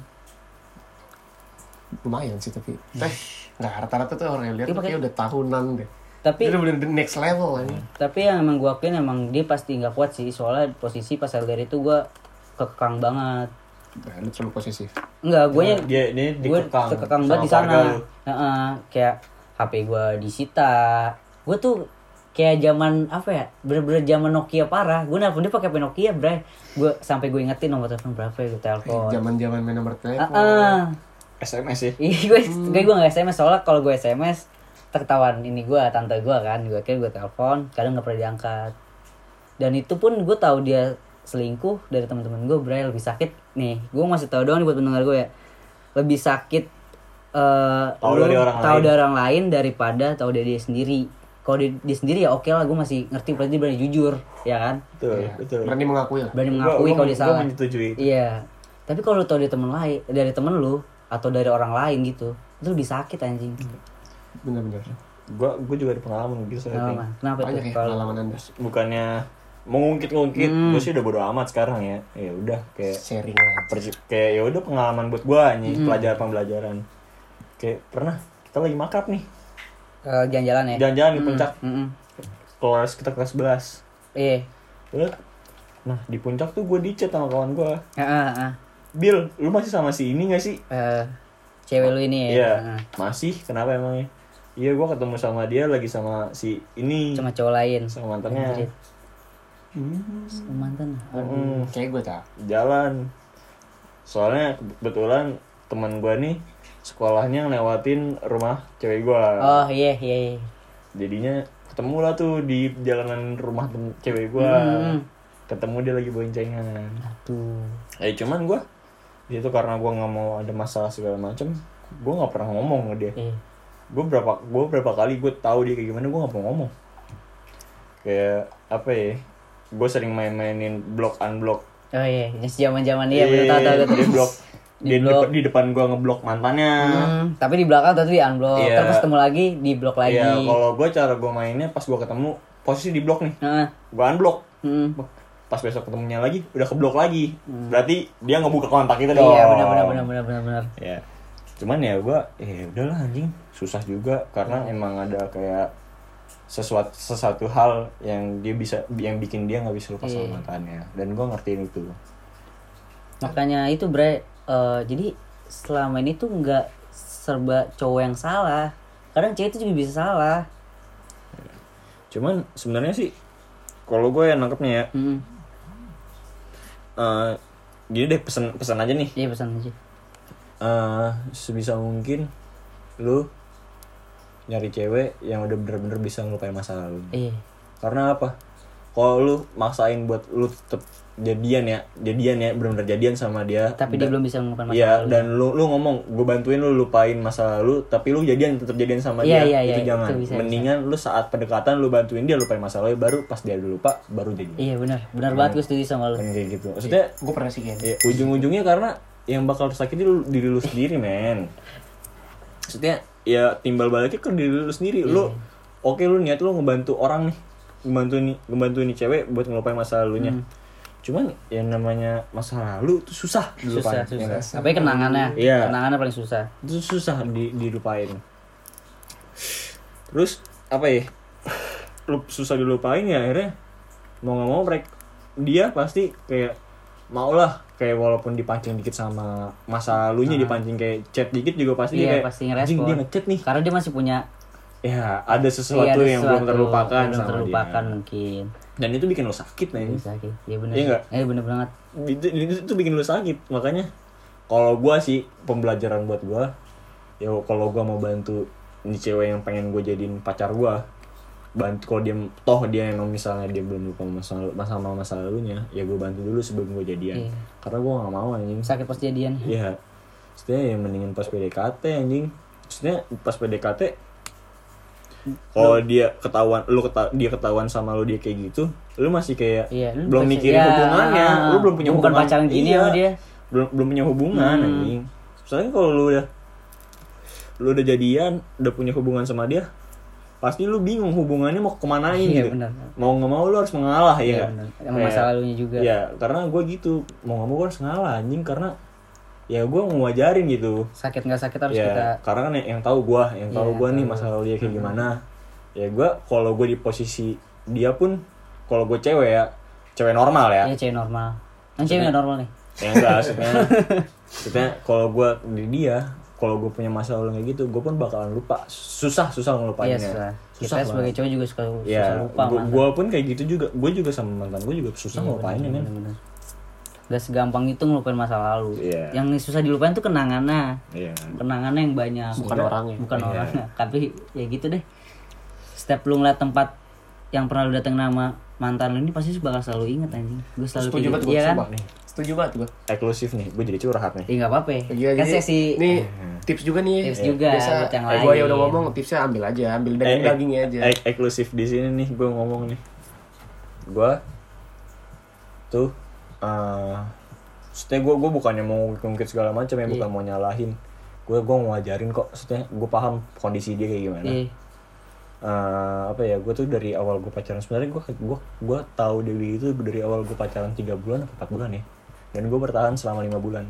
Lumayan sih tapi. Teh, enggak rata-rata tuh orang L D R Iya, tuh pakai- kayak udah tahunan deh. Tapi Itu bener bener next level ini. tapi yang emang gue akuin emang dia pasti nggak kuat sih, soalnya posisi pas L D R itu gue kekang banget. Nah, lu terlalu posesif. Enggak, gue nya Dia dia gue dikekang. kekang sama banget di keluarga sana. lu. Heeh, kayak H P gue disita. Gue tuh kayak zaman apa ya, bener-bener zaman Nokia parah. Gue nelfon dia pakai H P Nokia, bre. Gue sampai gue ingetin nomor telepon berapa ya, gue telepon. Zaman-zaman main nomor telepon. Heeh. S M S ya. Ih, gue gue gue nggak S M S, soalnya kalau gue S M S tertawan ini gue tante gue kan, gue kira gue telepon, kadang nggak pernah diangkat. Dan itu pun gue tahu dia selingkuh dari teman-teman gue, bre. Lebih sakit nih, gue masih tahu doang nih buat pendengar gue ya, lebih sakit eh Tahu lu dari orang tahu lain. dari orang lain daripada tahu dari dia sendiri. Kalau dia, dia sendiri ya oke lah, gue masih ngerti, berarti berani jujur, ya kan? Betul, Iya. betul. Berani mengakui lah. Berani Gua- mengakui gua- kalau dia gua salah. menyetujui itu. Iya. Tapi kalau lu tahu dari temen lain, dari temen lu atau dari orang lain gitu, itu lebih sakit anjing. Bener-bener. Gua gua juga ada pengalaman gitu soalnya. Kenapa? Ting. Kenapa Banyak tuh? ya Kalau pengalaman Anda. Bukannya mengungkit-ngungkit, Hmm. gue sih udah bodo amat sekarang ya. Ya udah kayak Sharing lah. perci- kayak ya udah pengalaman buat gua nih, Hmm. pelajaran pembelajaran. Kayak pernah kita lagi makrab nih, eh, jalan-jalan ya. jalan-jalan di puncak, Mm-mm. kelas kita kelas sebelas. Iya. Udah. Nah di puncak tuh gue dicat sama kawan gue, Heeh, heeh. Bill, lu masih sama si ini gak sih? Eh, cewek lu ini ya. Iya, Heeh. masih. Kenapa emangnya? Iya, gue ketemu sama dia lagi sama si ini, Sama cowok lain. sama mantannya. Anjir. Sama mantan. Mm, Kayak gue tak. jalan. Soalnya kebetulan teman gue nih sekolahnya ngelewatin rumah cewek gue. Oh iya iya. iya. Jadinya ketemu lah tuh di jalanan rumah tem- cewek gue. Hmm. Ketemu dia lagi boncengan. Tuh. Eh cuman gue itu karena gue nggak mau ada masalah segala macem, gue nggak pernah ngomong ke dia. Iya. Gue berapa gue berapa kali gue tahu dia kayak gimana, gue nggak mau ngomong. Kayak apa ya? Gue sering main-mainin block unblock. Oh iya, just zaman-zaman dia bener tahu tahu Di blok Di di, blok. depan, di depan gue ngeblok mantannya. Hmm, tapi di belakang tuh di unblock, Iya. terus ketemu lagi di blok lagi. Iya, kalau gue cara gue mainnya pas gue ketemu posisi di blok nih, Heeh. gue unblock. Hmm. Pas besok ketemunya lagi udah ke blok lagi. Berarti dia ngebuka kontak itu dong. Iya, benar benar benar benar benar benar. Ya. Cuman ya gue, ya udahlah anjing, susah juga karena emang ada kayak sesuatu sesuatu hal yang dia bisa yang bikin dia nggak bisa lupa sama Iya. mantannya, dan gue ngertiin itu. Makanya itu bre, eh, jadi selama ini tuh nggak serba cowok yang salah. kadang cewek itu juga bisa salah. Cuman sebenarnya sih kalau gue yang nangkepnya ya hmm. uh, gini deh, pesan pesan aja nih. Iya pesan aja. Uh, sebisa mungkin lu nyari cewek yang udah bener-bener bisa ngelupain masa lalu. Iya. Karena apa? Kalau lu maksain buat lu tetep jadian ya, jadian ya, bener-bener jadian sama dia. Tapi dia belum bisa melupakan masa iya, lalu. dan lu lu ngomong, gue bantuin lu lupain masa lalu, tapi lu jadian tetep jadian sama Iya, dia. iya, itu iya, jangan. itu bisa, Mendingan lu saat pendekatan lu bantuin dia lupain masa lalu, baru pas dia udah lupa baru jadian. Iya benar, benar banget gue setuju sama lu. Kan kayak gitu. Maksudnya Gue pernah sih kan. ya, ujung-ujungnya karena yang bakal sakit lu diri lu sendiri, men. Maksudnya ya timbal baliknya ke diri lu sendiri. Lu oke, lu niat lu ngebantu orang nih, ngebantu nih ngebantu nih cewek buat ngelupain masa lalunya. Hmm. Cuman yang namanya masa lalu itu susah dilupain. Susah, susah. Ya, apalagi kenangannya. Iya. Kenangannya paling susah. Itu susah di, dilupain. Terus apa ya? Lu susah dilupain ya akhirnya mau nggak mau mereka dia pasti kayak maulah, kayak walaupun dipancing dikit sama masa lalunya, nah. dipancing kayak chat dikit juga pasti iya, kayak pasti ngerespon. Dia ngechat nih. Karena dia masih punya ya ada sesuatu iya, ada yang sesuatu, belum terlupakan belum sama terlupakan dia. mungkin. Dan itu bikin lo sakit, nih. Sakit. Iya benar. Iya enggak? Eh benar banget. Itu, itu itu bikin lo sakit. Makanya kalau gua sih pembelajaran buat gua, ya kalau gua mau bantu ini cewek yang pengen gua jadiin pacar gua, bantu kalau dia toh dia emang misalnya dia belum lupa masa masa masa lalunya, ya gua bantu dulu sebelum gua jadian. Iya. Karena gua enggak mau anjing sakit pas jadian. Iya. Maksudnya ya mendingan pas P D K T anjing. Maksudnya pas P D K T kalau dia ketahuan lu keta, dia ketahuan sama lu dia kayak gitu, lu masih kayak iya, lu belum mikirin ya, hubungannya, lu belum punya bukan hubungan pacaran gini iya, sama dia. Belum belum punya hubungan hmm. anjing. Soalnya kalau lu udah lu udah jadian, udah punya hubungan sama dia, pasti lu bingung hubungannya mau kemanain iya, gitu. Bener. Mau nggak mau lu harus mengalah iya, ya. Emang masa lalunya juga. Ya, karena gue gitu, mau nggak mau gue harus ngalah anjing karena ya gue ngajarin gitu. Sakit nggak sakit harus ya, kita. Karena kan yang tahu gue, yang tahu ya, gue nih masa lalu dia kayak hmm. gimana. Ya gue kalau gue di posisi dia pun, kalau gue cewek ya, cewek normal ya. Iya cewek normal. Kan cewek nggak normal nih. Ya enggak, maksudnya, maksudnya kalau gue di dia, kalau gue punya masa lalu kayak gitu, gue pun bakalan lupa. Susah, susah ngelupainnya. Iya susah. Susah kita sebagai cowok juga suka susah ya, lupa. Gue pun kayak gitu juga. Gue juga sama mantan gue juga susah iya, ngelupainnya men. Gak segampang itu ngelupain masa lalu. Yeah. Yang susah dilupain tuh kenangannya. Yeah. Kenangannya yang banyak. Bukan Udah, orangnya. Bukan yeah. orangnya. Tapi ya gitu deh. Setiap lu ngeliat tempat yang pernah lu dateng nama mantan lu ini pasti bakal selalu inget anjing. Gue selalu setuju banget gue, iya kan? nih. Setuju banget gue. Eksklusif nih, gue jadi curhat nih. Iya enggak apa-apa. Iya, kan jadi, sesi nih tips juga nih. Tips juga biasa, buat yang eh, lain. gue ya udah ngomong, tipsnya ambil aja, ambil daging-dagingnya aja. Ek- eksklusif di sini nih, gue ngomong nih. Gue tuh, uh, maksudnya gue gue bukannya mau ngungkit segala macam ya, yeah. bukan mau nyalahin. Gue gue mau ngajarin kok, maksudnya gue paham kondisi dia kayak gimana. Yeah. Uh, apa ya, gue tuh dari awal gue pacaran sebenarnya gue gue gue tahu Dewi itu dari awal gue pacaran tiga bulan atau empat bulan ya, dan gue bertahan selama lima bulan.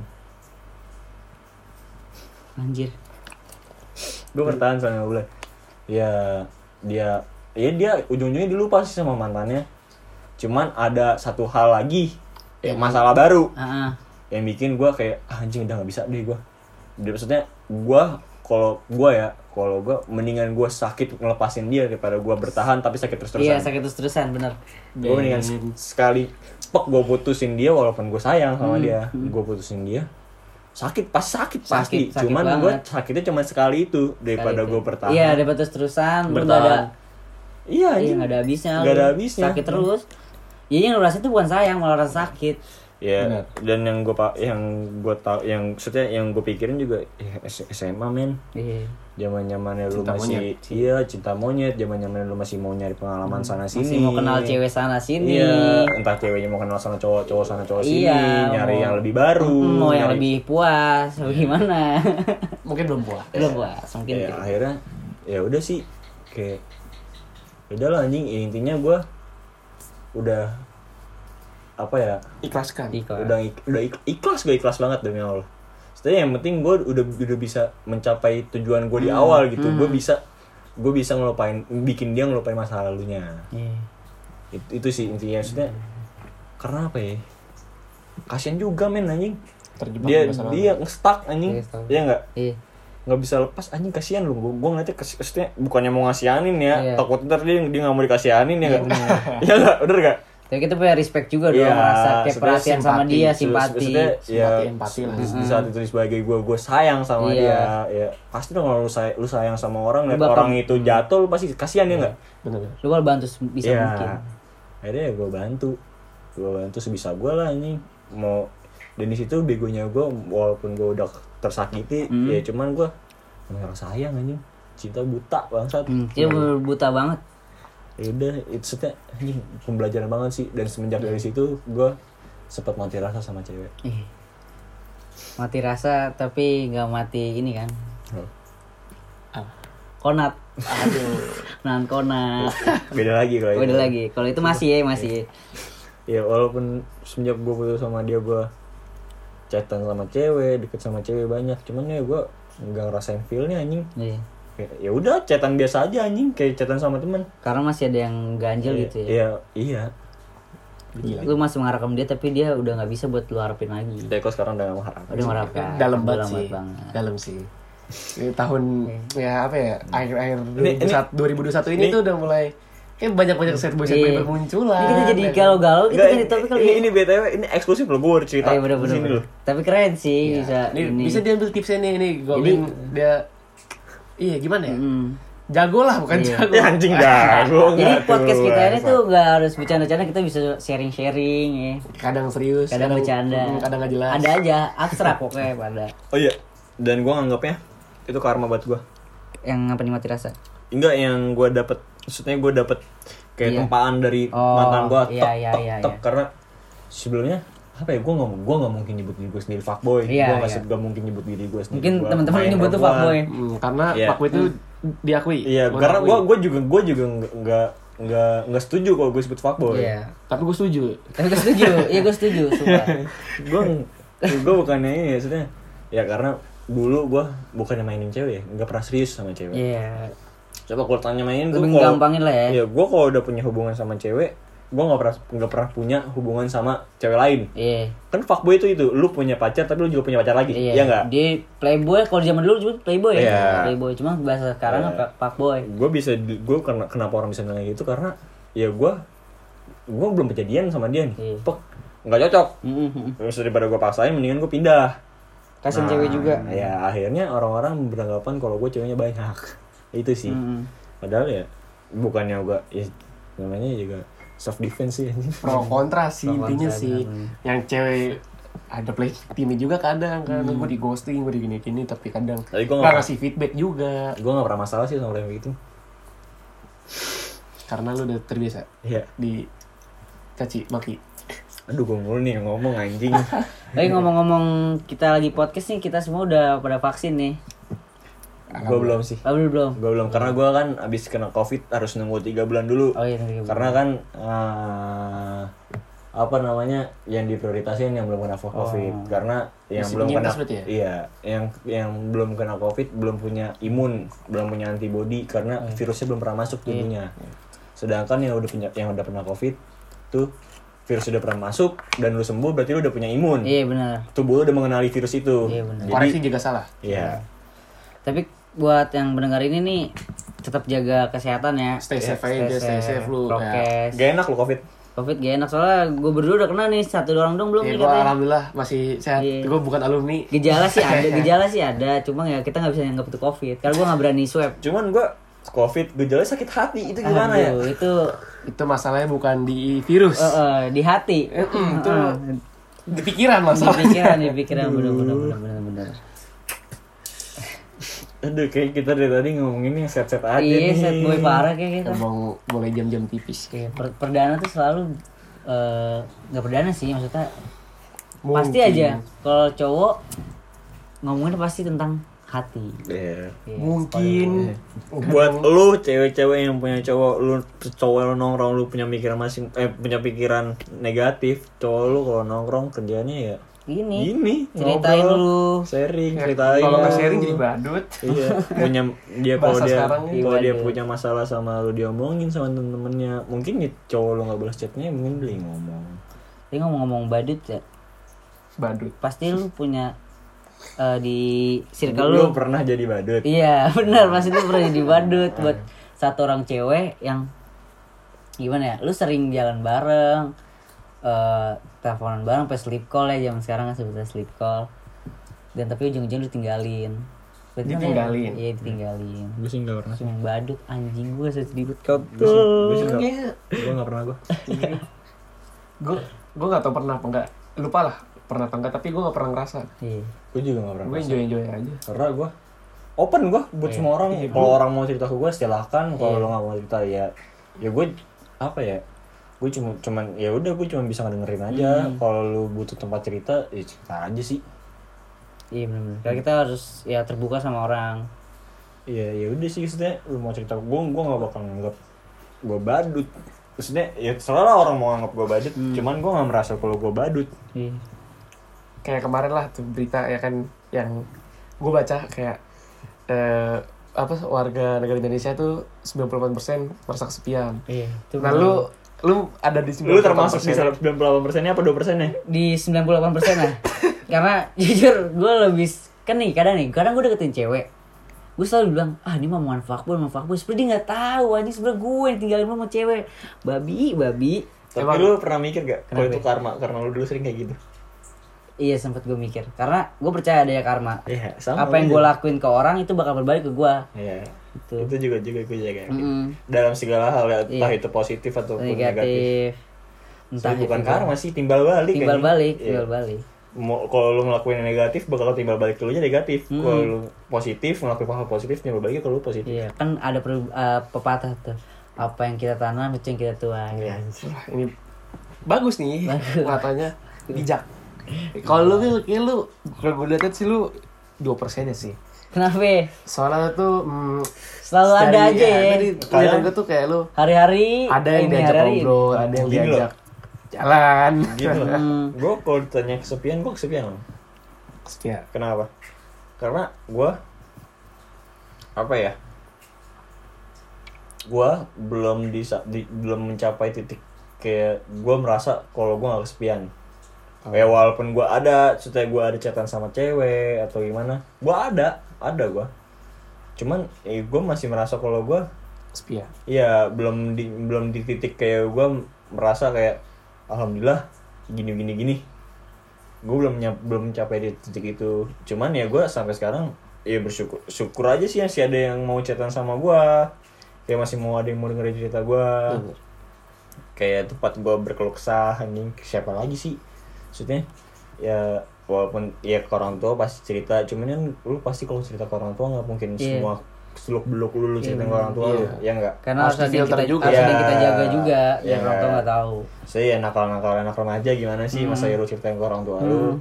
Anjir. Gue bertahan selama lima bulan. Ya dia ya dia ujung-ujungnya dilupa sih sama mantannya. Cuman ada satu hal lagi, ya, masalah baru uh-uh. yang bikin gue kayak ah, anjing udah nggak bisa deh gue. Maksudnya gue kalau gue ya kalau gue mendingan gue sakit ngelepasin dia daripada gue bertahan tapi sakit terus-terusan. Iya sakit terus-terusan bener. Gue mendingan sekali pok gue putusin dia walaupun gue sayang sama hmm. dia, hmm. gue putusin dia sakit pas sakit, sakit pasti. Sakit cuman gue sakitnya cuma sekali itu daripada gue bertahan. Iya daripada terus-terusan bertahan. Ada, iya iya nggak ada habisnya. Nggak ada habisnya. Sakit terus. Iya yang rasa itu bukan sayang malah rasa sakit. Ya, benar. Dan yang gue pak, yang gue tau, yang maksudnya yang gue pikirin juga, ya S M A men, iya. Zaman zamannya lu cinta masih, monyet. iya cinta monyet, zaman zamannya lu masih mau nyari pengalaman sana sini, masih mau kenal cewek sana sini, iya, entah ceweknya mau kenal sama cowok, cowok sana cowok sini, iya, nyari mau, yang lebih baru, mau nyari, yang lebih puas, gimana? Mungkin belum puas, belum puas, mungkin. Ya, akhirnya, ya udah sih, kayak, udah lah anjing, intinya gue udah apa ya ikhlaskan ikhlas. udah udah ikhlas gue ikhlas banget demi Allah. Setelah yang penting gue udah udah bisa mencapai tujuan gue di hmm. awal gitu. Hmm. Gue bisa gue bisa ngelupain, bikin dia ngelupain masa lalunya. Yeah. It, itu sih intinya. Maksudnya hmm. karena apa ya? Kasian juga men anjing. Terjebak dia di masa lalu. dia nge-stuck anjing. Iya enggak? Iya. nggak bisa lepas anjing, kasihan lu. Gue gue ngeliatnya kesnya bukannya mau ngasihanin ya, Iya. takut ntar dia dia nggak mau dikasihanin ya kan. Iya nggak, bener nggak? Tapi kita punya respect juga dong, Iya, merasa kayak sebenarnya perhatian sama simpati. dia, Maksudnya, simpati. ya, Simpati, empati lah. di, di saat itu sebagai gue gue sayang sama Iya. dia, ya pasti dong kalau lu, say, lu sayang sama orang, Lu lihat bakal- orang itu jatuh, lu pasti kasihan ya nggak? Bener. Lu kalau bantu bisa Iya. mungkin. Akhirnya ya gue bantu, gue bantu sebisa gue lah anjing. Mau dan di situ begonya gue, walaupun gue udah tersakiti, Hmm. ya cuman gue nggak sayang anjing, cinta buta bangsat. Hmm, dia bener buta banget. Ya udah itu setnya anjing pembelajaran banget sih, dan semenjak dari situ gue sempat mati rasa sama cewek. Ih. Mati rasa tapi nggak mati ini kan. Oh. Konat. Aduh. Nan konat. Beda lagi kalau itu. Beda lagi. Kalau itu masih ya, masih. Ya walaupun semenjak gue putus sama dia, gue chatan sama cewek, deket sama cewek banyak, cuman ya gue nggak ngerasain feelnya anjing. Iya. Kayak, ya udah chatan biasa aja anjing, kayak chatan sama temen. Karena masih ada yang ganjel Iya, gitu ya. Iya, iya. Gila. Lu masih mengharapkan dia tapi dia udah nggak bisa buat lu harapin lagi. Tapi kok sekarang udah gak mengharap. Udah mengharapkan. Dalam Udah banget lama sih. banget. Dalam sih. Ini tahun ya apa ya? Akhir-akhir Ini- ini- dua ribu dua puluh satu ini, ini- tuh udah mulai kayak banyak-banyak set boy set boy Iya. bermunculan. Ini kita jadi ya kan? galau-galau kita Enggak, jadi topik kali. ini, ini B T W, ini eksklusif loh, gue baru cerita Oh, iya, bener, di bener, sini bener. loh. Tapi keren sih Iya. bisa Ini ini. bisa diambil tipsnya nih, nih gue Jadi- dia iya gimana ya? Mm. Jago lah bukan Iya. jago. Ya anjing dah, gue Jadi podcast kita ini tuh nggak harus bercanda-canda, kita bisa sharing-sharing ya. Kadang serius, Kadang bercanda. mm, kadang nggak jelas. Ada aja abstrak pokoknya pada Oh iya, dan gue nganggapnya itu karma buat gue. yang apa nih mati rasa. Enggak, yang gue dapet, maksudnya gue dapet kayak Iya. tempaan dari Oh, mantan gue, iya, tek, iya, tek, iya, tek. iya. Karena sebelumnya apa ya, gue nggak gue nggak mungkin nyebut diri gue sendiri fuckboy, Iya, gue nggak iya. nggak mungkin nyebut diri gue sendiri. Mungkin gua teman-teman main ini butuh perempuan. fuckboy. Hmm, karena Iya. Pak itu diakui. Iya, Gua karena akui. gue gue juga gue juga nggak nggak nggak nggak setuju kalau gue sebut fuckboy. Iya. Tapi gue setuju. Tapi gue setuju. Iya gue setuju. Sumpah. gue gue bukannya ini maksudnya ya, karena dulu gue bukannya mainin cewek ya, nggak pernah serius sama cewek. Iya. Coba kalau tanya mainin, gue Lebih gampangin lah ya. Iya, gue kalau udah punya hubungan sama cewek, gue nggak pernah nggak pernah punya hubungan sama cewek lain. Iya. Kan fuckboy itu itu, lu punya pacar tapi lu juga punya pacar lagi, Iya. iya nggak? Dia playboy, kalau zaman dulu disebut playboy ya. Iya. Playboy, cuma bahasa sekarang Iya. apa fuckboy. Gue bisa, gue karena kenapa orang bisa bilang gitu, karena ya gue gue belum kejadian sama dia nih, Iya. Pek, nggak cocok. Mm-mm. Terus daripada gue paksain, mendingan gue pindah. Kasian Nah, cewek juga. Ya akhirnya orang-orang beranggapan kalau gue ceweknya banyak. Itu sih. Mm-mm. Padahal ya bukannya gue, ya namanya juga self defense sih. Pro kontra sih Pro intinya kontra, sih. benar. Yang cewek ada play timnya juga kadang kan gue di ghosting, gue di gini-gini tapi kadang Tapi gua nggak nggak- ngasih feedback juga Gue gak pernah masalah sih sama yang gitu. karena lu udah terbiasa Iya. di caci maki. Aduh, gue mulu nih yang ngomong anjing. Tapi ngomong-ngomong kita lagi podcast nih, kita semua udah pada vaksin nih. Gue belum sih. Oh, belum belum. Gue belum, karena gue kan abis kena covid harus nunggu tiga bulan dulu. Oh iya nanti. Karena kan eh, apa namanya, yang diprioritasin yang belum kena covid. Oh. Karena yang Masih belum kena, penyintas berarti ya? iya, yang yang belum kena covid belum punya imun, belum punya antibody karena virusnya belum pernah masuk tubuhnya. Sedangkan yang udah punya, yang udah pernah covid tuh virus udah pernah masuk dan lu sembuh, berarti lu udah punya imun. Iya benar. Tubuh lu udah mengenali virus itu. Iya, benar. Jadi, Koreksi jika salah. iya. Tapi buat yang mendengar ini nih, tetap jaga kesehatan ya. Stay safe aja, stay safe lu, ya. Prokes. Gak enak lu covid. Covid gak enak soalnya gue berdua udah kena nih, satu orang dong belum Ya, nih gue katanya. alhamdulillah masih sehat. Iya. Gue bukan alumni. Gejala sih ada, gejala sih ada, cuma ya kita nggak bisa nganggap itu covid. Karena gue nggak berani swab. Cuman gua covid gejalanya sakit hati, itu gimana ya? Aduh, itu Itu masalahnya bukan di virus. eh, eh, di hati. Mm, itu Eh, di pikiran di masalah. pikiran, di pikiran bener-bener bener-bener bener. Aduh, kayak kita dari tadi ngomongin yang set-set aja Iya, nih. set boy parah kayak gitu. Ngomong boleh jam-jam tipis. Kayak per- perdana tuh selalu eh, nggak perdana sih, maksudnya Mungkin. pasti aja kalau cowok ngomongin pasti tentang hati. Iya. Iya, Mungkin Buat lu cewek-cewek yang punya cowok, lu cowok lu nongkrong lu punya pikiran masing eh punya pikiran negatif, cowok lu kalau nongkrong kerjanya ya Ini gini, ceritain ngobrol, lu. sharing, ya, ceritain. kalau nggak sharing jadi badut. Iya, punya dia kalau Bahasa dia sekarang ya. kalau dia Iya, punya masalah sama lu diomongin sama temen-temennya. Mungkin ya cowok lu nggak balas chatnya, mungkin dia ngomong. Ini ngomong-ngomong badut ya, Badut. pasti lu punya uh, di circle Lu lu. pernah jadi badut. Iya benar, pasti lu pernah jadi badut buat satu orang cewek yang gimana ya, lu sering jalan bareng, uh, teleponan bareng, sampai sleep call ya zaman sekarang kan sebutnya sleep call, dan tapi ujung-ujung lu tinggalin. Berarti Ditinggalin? kan ya? Iya ditinggalin. Gue sih nggak pernah. Cuma badut anjing gue sedikit kau Gue sih gue sih tuh. nggak. Gue nggak pernah gue. Gue gue nggak tau pernah apa enggak, lupa lah pernah apa enggak, tapi gue nggak pernah ngerasa. Iya. Gue juga nggak pernah. Gue enjoy enjoy aja. Karena gue open gue buat Iya. semua orang. Iya, Kalau gua- orang mau cerita ke gue silahkan. Kalau Iya. lo nggak mau cerita ya ya gue apa ya, gue cuma cuman ya udah gue cuma bisa ngedengerin aja. Hmm. Kalau lu butuh tempat cerita ya cerita aja sih. Iya benar-benar. Kalau kita harus ya terbuka sama orang. Iya ya udah sih, maksudnya lu mau cerita gue gue nggak bakal nganggap gue badut. Maksudnya ya selalu orang mau nganggap gue badut, Hmm. cuman gue nggak merasa kalau gue badut. Iya. Kayak kemarin lah tuh berita ya kan, yang gue baca kayak eh, apa warga negara Indonesia tuh sembilan puluh delapan persen merasa kesepian. Iya. Itu Nah benar. lu lu ada di Lu sembilan puluh delapan termasuk di persen. sembilan puluh delapan persennya apa dua persennya? Di sembilan puluh delapan persen lah. Karena jujur gue lebih kan nih kadang nih kadang gue deketin cewek, gue selalu bilang ah ini mah mau fuckboy mau fuckboy, sebenernya dia nggak tahu anjing sebenernya gue yang tinggalin lu sama cewek, babi babi. Tapi Emang- lu pernah mikir gak kalau Kenapa? itu karma, karena lu dulu sering kayak gitu? Iya sempet gue mikir karena gue percaya ada ya karma. Iya, sama. Apa yang gue lakuin ke orang itu bakal berbalik ke gue. Iya. Itu. Itu juga juga gue jaga. Mm-mm. Dalam segala hal ya, entah Iya. itu positif ataupun negatif. Negatif. Entah itu bukan juga. karma sih, timbal balik. Timbal kayaknya. balik, Iya. timbal balik. Mau kalau lu ngelakuin yang negatif bakal timbal balik ke lu nya negatif. Mm-mm. Kalau lu positif ngelakuin hal positif timbal balik ke lu positif. Iya kan ada per, uh, pepatah tuh, apa yang kita tanam itu yang kita tuai. Iya. Wah, ini bagus nih Bagus. katanya, bijak. Kalau lu Wil, kayak lu kalau gue lihat sih lu dua persen ya sih. Kenapa? Soalnya tuh hmm, Selalu ada dari- aja ya. Tadi Kadang- kelihatan gue tuh kayak lu Hari-hari ada yang ini, diajak hari-hari ini. ngobrol, ada yang Gini loh. diajak jalan. Gitu loh. Hmm. Gue kalau ditanya kesepian, gue kesepian loh. Ya, Kenapa? Karena gue apa ya? Gue belum di, di belum mencapai titik kayak gue merasa kalau gue gak kesepian. Oh. Ya walaupun gue ada, setelah gue ada chatan sama cewek atau gimana, gue ada, ada gue. Cuman, eh, gue masih merasa kalau gue, sepi ya. ya belum di belum di titik kayak gue merasa kayak, alhamdulillah gini gini gini. Gue belum nyap, belum mencapai di titik itu. Cuman ya gue sampai sekarang ya bersyukur syukur aja sih masih ada yang mau chatan sama gue, kayak masih mau ada yang mau dengerin cerita gue. Hmm. Kayak tempat gue berkeluh kesah, anjing siapa lagi sih? Maksudnya ya walaupun ya ke orang tua pasti cerita, cuman kan lu pasti kalau cerita ke orang tua nggak mungkin Iya. semua seluk beluk lu, lu Iya, cerita ke orang tua lu, iya. ya enggak? Karena Harus harus ada yang difilter kita juga. harus ada yang Ya. kita jaga juga biar Ya. orang tua nggak tahu. Saya ya nakal-nakal anak remaja gimana sih, masa ya lu ceritain ke orang tua lu? Hmm.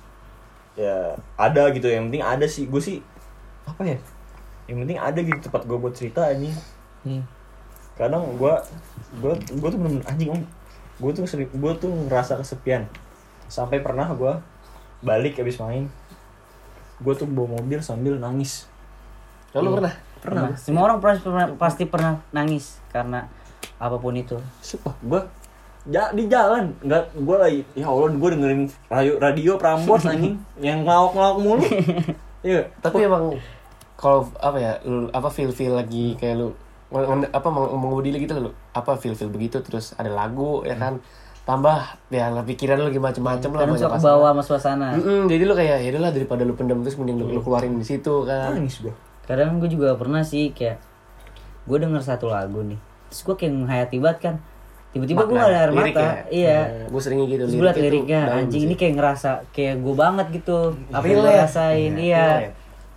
Ya ada gitu, yang penting ada sih. Gue sih apa ya? Yang penting ada gitu tempat gue buat cerita ini. Iya. Kadang gue gue gue tuh bener anjing om, gue tuh sering gue tuh ngerasa kesepian sampai pernah gue balik habis main, gue tuh bawa mobil sambil nangis. Kalau lu pernah? Pernah. Semua orang pernah, pernah- pasti pernah nangis karena apapun itu. Sumpah gue ja, di jalan nggak, gue lagi ya Allah gue dengerin radio radio Prambors anjing yang ngawak-ngawak mulu. Iya. Tapi emang kalau apa ya, lu apa feel feel lagi kayak lu nge- nge- apa mau mengemudi gitu lu, apa feel feel begitu, terus ada lagu ya kan, tambah ya lah pikiran lu lagi macem-macem lah, Kadang banyak suka ke masalah. bawah sama suasana. Mm-mm, jadi lu kayak ya udahlah daripada lu pendam terus mending lu, lu keluarin di situ kan. Nangis gue. Kadang gue juga pernah sih kayak gue denger satu lagu nih, terus gue kayak menghayati banget kan. Tiba-tiba gue Makna, gak ada air lirik mata. ya? Iya. Gue sering gitu. Terus gue liat lirik itu liriknya, dalam anjing sih. ini kayak ngerasa kayak gue banget gitu. Apa yang gue Relate. rasain, Iya, iya. relate.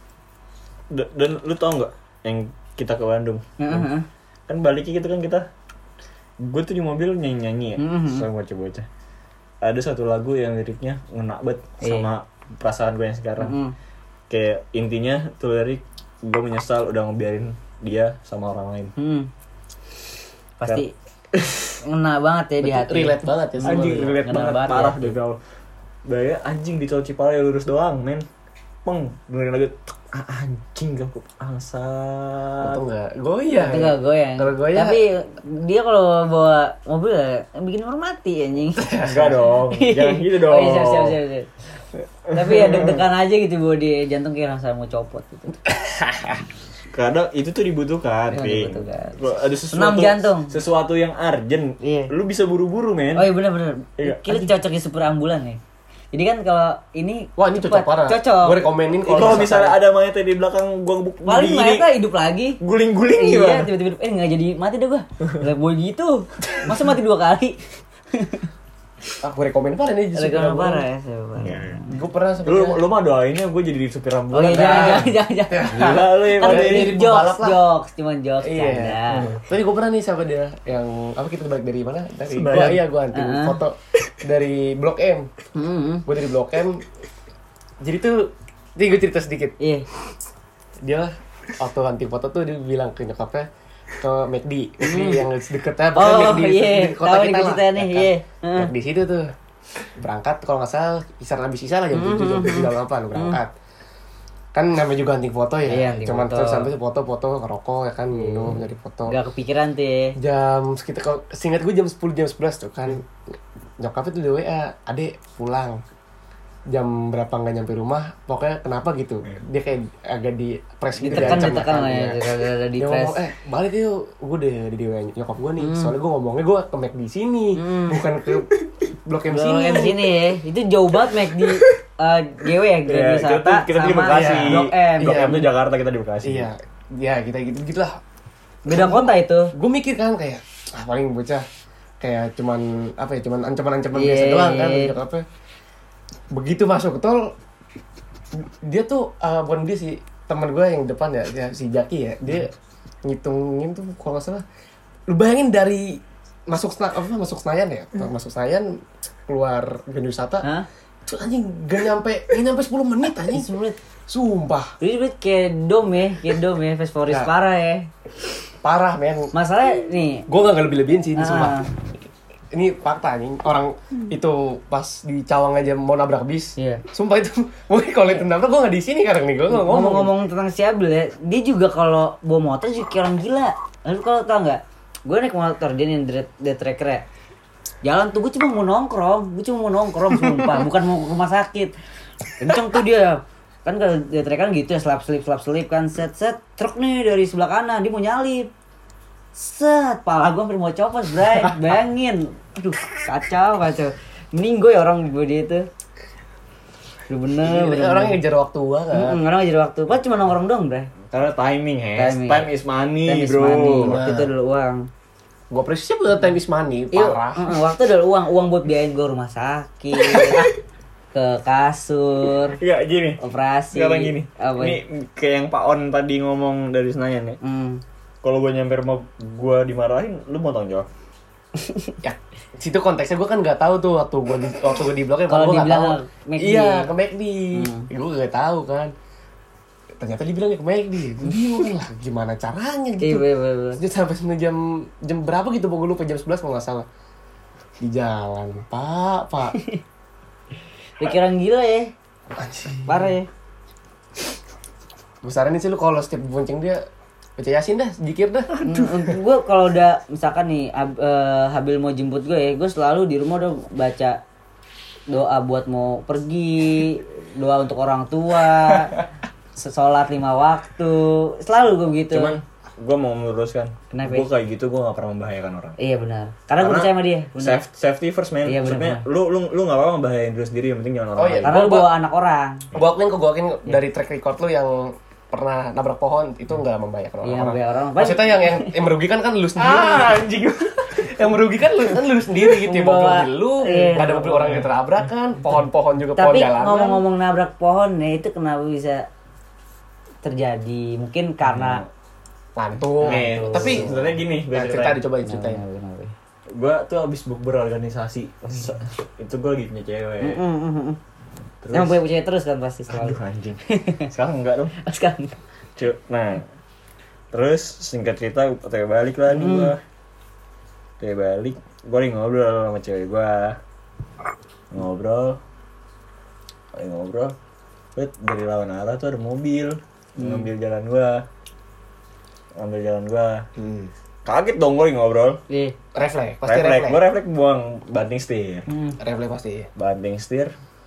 Da- dan lu tau nggak yang kita ke Bandung? Heeh. Kan baliknya gitu kan kita, gue tuh di mobil nyanyi nyanyi ya, Mhm. sama bocah-bocah. Ada satu lagu yang liriknya ngena banget Iya. sama perasaan gue yang sekarang. Heeh. Kayak intinya tuh lirik, gue menyesal udah ngebiarin dia sama orang lain. Hmm. Pasti ngena banget ya di Betul, hati. relate banget ya semua. Anjing lu. relate Ngena banget, banget parah ya. deh kau. Bayar anjing di tol Cipali lurus doang, men. Peng, dengerin lagu ah, anjing gak angsa. Atau enggak goyah. Itu gak goyang. Kalau goyah- Tapi dia kalau bawa mobil ya bikin orang mati anjing. Enggak dong, jangan gitu dong. Oh iya, siap, siap, siap, siap. Tapi ya deg-degan aja gitu body jantung kayak rasa mau copot gitu. Kadang itu tuh dibutuhkan, Iya, Ping. dibutuhkan. Kalau ada sesuatu Senam jantung. sesuatu yang urgent, Iya. lu bisa buru-buru, men. Oh iya benar-benar. Iya. Kita cocok di super ambulan nih. Jadi kan kalau ini Wah ini cocok cepat. parah. Cocok. Gue rekomenin Kalau kalau misalnya ada mayatnya di belakang gua bu- Paling begini, mereka hidup lagi. guling-guling Iya, gimana? tiba-tiba eh nggak jadi mati deh gua. Lah boy gitu. Masa mati dua kali? ah, gue rekomenin parah nih. Ada kalau parah ya, saya parah. Iya. Gue pernah Lu sebenarnya. lu mah doainnya gue jadi supir Oh ambulan. iya, jangan, jangan, jangan, jangan. Gila lu ya, Kan Pak. jadi ini pembalap jokes, lah. jokes, cuma jokes, Iya. canda. Tapi gue pernah nih sama dia yang apa kita balik dari mana? Dari Sembayang. gua iya gue anting Uh-huh. foto dari Blok M. Hmm, Gue dari Blok M. Jadi tuh, ini gue cerita sedikit. iya. Dia waktu hunting foto tuh dia bilang ke nyokapnya ke McD, McD yang deketnya Hmm. Oh, McD iya. di kota Tahu nih kita gua lah. cerita nih, ya kan? iya. Heeh. Nah, di situ tuh berangkat kalau nggak salah kisaran habis sisa lah jam Hmm, tujuh jam tujuh jam delapan lu berangkat. Kan namanya juga hunting foto ya. Iya, hunting Cuman foto. terus sampai foto-foto ngerokok ya kan minum dari foto. Gak kepikiran tuh ya. Jam sekitar kalau seingat gue jam sepuluh jam sebelas tuh kan nyokapnya tuh di W A, adek pulang jam berapa nggak nyampe rumah, pokoknya kenapa gitu dia kayak agak di press gitu, Ditekan, diancam ditekan kan, lah ya, iya. ada di Dia press. ngomong, eh balik yuk, gue udah di W A nyokap gue nih, soalnya gue ngomongnya gue ke Mac di sini, Hmm. bukan ke Blok M Blok sini. M sini ya. Itu jauh banget Mac di uh, G W ya, Grand Iya, Wisata kita, kita di sama Bekasi. Blok M. Blok Iya. M tuh Jakarta, kita di Bekasi. Iya, ya kita gitu gitulah. Beda kota itu. Gue mikir kan kayak ah paling bocah kayak cuman apa ya, cuman ancaman-ancaman Iya, biasa doang kan, iya. untuk apa? Begitu masuk ke tol, dia tuh uh, bukan dia sih teman gue yang depan ya, ya si Jaki ya, dia ngitungin tuh kalau nggak salah, lu bayangin dari masuk Sena- apa masuk Senayan ya, masuk Senayan keluar Grand Wisata, Hah? tuh anjing gak nyampe gak nyampe sepuluh menit anjing, Sulit. sumpah Jadi berarti kayak dom ya, kayak dom ya, fosforis Ya. parah ya. parah men. Masalahnya nih, Gue gak lebih-lebihin sih ini Ah. sumpah. Ini fakta nih, orang itu pas di Cawang aja mau nabrak bis. Iya. Sumpah itu, gue kalau itu nabrak gue gak di sini kadang nih, gue ngomong. ngomong-ngomong tentang si Abil ya, dia juga kalau bawa motor juga kayak orang gila. Lalu kalau tau nggak, gue naik motor dia nih dead, dead tracker ya. Jalan tuh gue cuma mau nongkrong, gue cuma mau nongkrong sumpah, bukan mau ke rumah sakit. Kenceng tuh dia. Kan kalau dead tracker kan gitu ya, slap slip slap slip kan, set set truk nih dari sebelah kanan dia mau nyalip. Set, pala gue hampir mau copot, bray. Bayangin. Aduh, kacau, kacau. Mending gue ya orang body itu. Aduh, bener, bener. Orang yang ngejar waktu banget. Mm, orang ngejar waktu. Padahal cuma nongkrong dong, bray. Karena timing, Hes. Timing. Time is money, Time is bro. money. Waktu Nah. itu adalah uang. Gue presisi buat time is money, Iya, parah. mm, waktu adalah uang. Uang buat biayain gue rumah sakit, ke kasur, Enggak gini. operasi. Sekarang gini. Apa? Ini kayak yang Pak On tadi ngomong dari Senayan ya. Hmm. Kalau gue nyampe rumah gue dimarahin, lu mau tanggung jawab? Ya, situ konteksnya gue kan nggak tahu tuh waktu gue di waktu gue di bloknya. Kalau gue nggak dibilang tahu. ke McD. Iya ke McD. Hmm. Gue nggak tahu kan. Ternyata dibilangnya ke McD. Gue bingung lah gimana caranya Iya, gitu. bener, bener. Terus sampai sebenarnya jam jam berapa gitu, gue lupa jam sebelas kalau nggak salah. Di jalan, Pak, Pak. Pikiran gila ya, Anjing. parah ya. Gue saranin sih lu kalau setiap bonceng dia baca Yasin dah, zikir dah. Hmm, Untuk gue kalau udah misalkan nih Ab- eh, Habil mau jemput gue ya, gue selalu di rumah udah baca doa buat mau pergi, doa untuk orang tua, sholat lima waktu, selalu gue begitu. Cuman gue mau meluruskan. Kenapa? Gue kayak gitu gue gak pernah membahayakan orang. Iya benar, karena gue percaya sama dia. Benar. Safety, safety first man. Iya, Maksudnya benar, lu lu lu gak apa-apa ngebahayain diri sendiri, yang penting jangan orang Oh, iya. lain. Karena lu Gua- bawa anak orang. Gue akuin kok, gue akuin dari track record lu yang pernah nabrak pohon itu nggak membahayakan Iya, orang. membahayakan orang. Maksudnya yang, yang yang merugikan kan lu sendiri. Ah, anjing. Yang merugikan lu kan lu sendiri gitu. Ya, Membawa- mobil lu, iya. ada mobil orang yang terabrak kan, pohon-pohon juga pohon Tapi jalanan. ngomong-ngomong nabrak pohon ya, itu kenapa bisa terjadi? Mungkin karena ngantuk. Nih, Tapi sebenarnya gini, gue nah, cerita ceritain. dicobain ceritain. Gue tuh abis bukber organisasi. Itu gue lagi punya cewek. Mm, mm, mm, mm. Terus, Yang punya punya terus kan pasti selalu. aduh anjing. Sekarang enggak dong. Sekarang. Cuk. Nah, terus singkat cerita O T W balik lah nih Hmm. gua. O T W balik, gua lagi ngobrol sama cewek gua. Ngobrol. Lagi ngobrol. Bet dari lawan arah tuh ada mobil ngambil jalan gua. Ngambil jalan gua. Hmm. Kaget dong gua lagi ngobrol. Iya. Refleks, pasti Refleks, refleks. gua refleks buang banting setir. Hmm. Refleks pasti. Banting setir. Pek,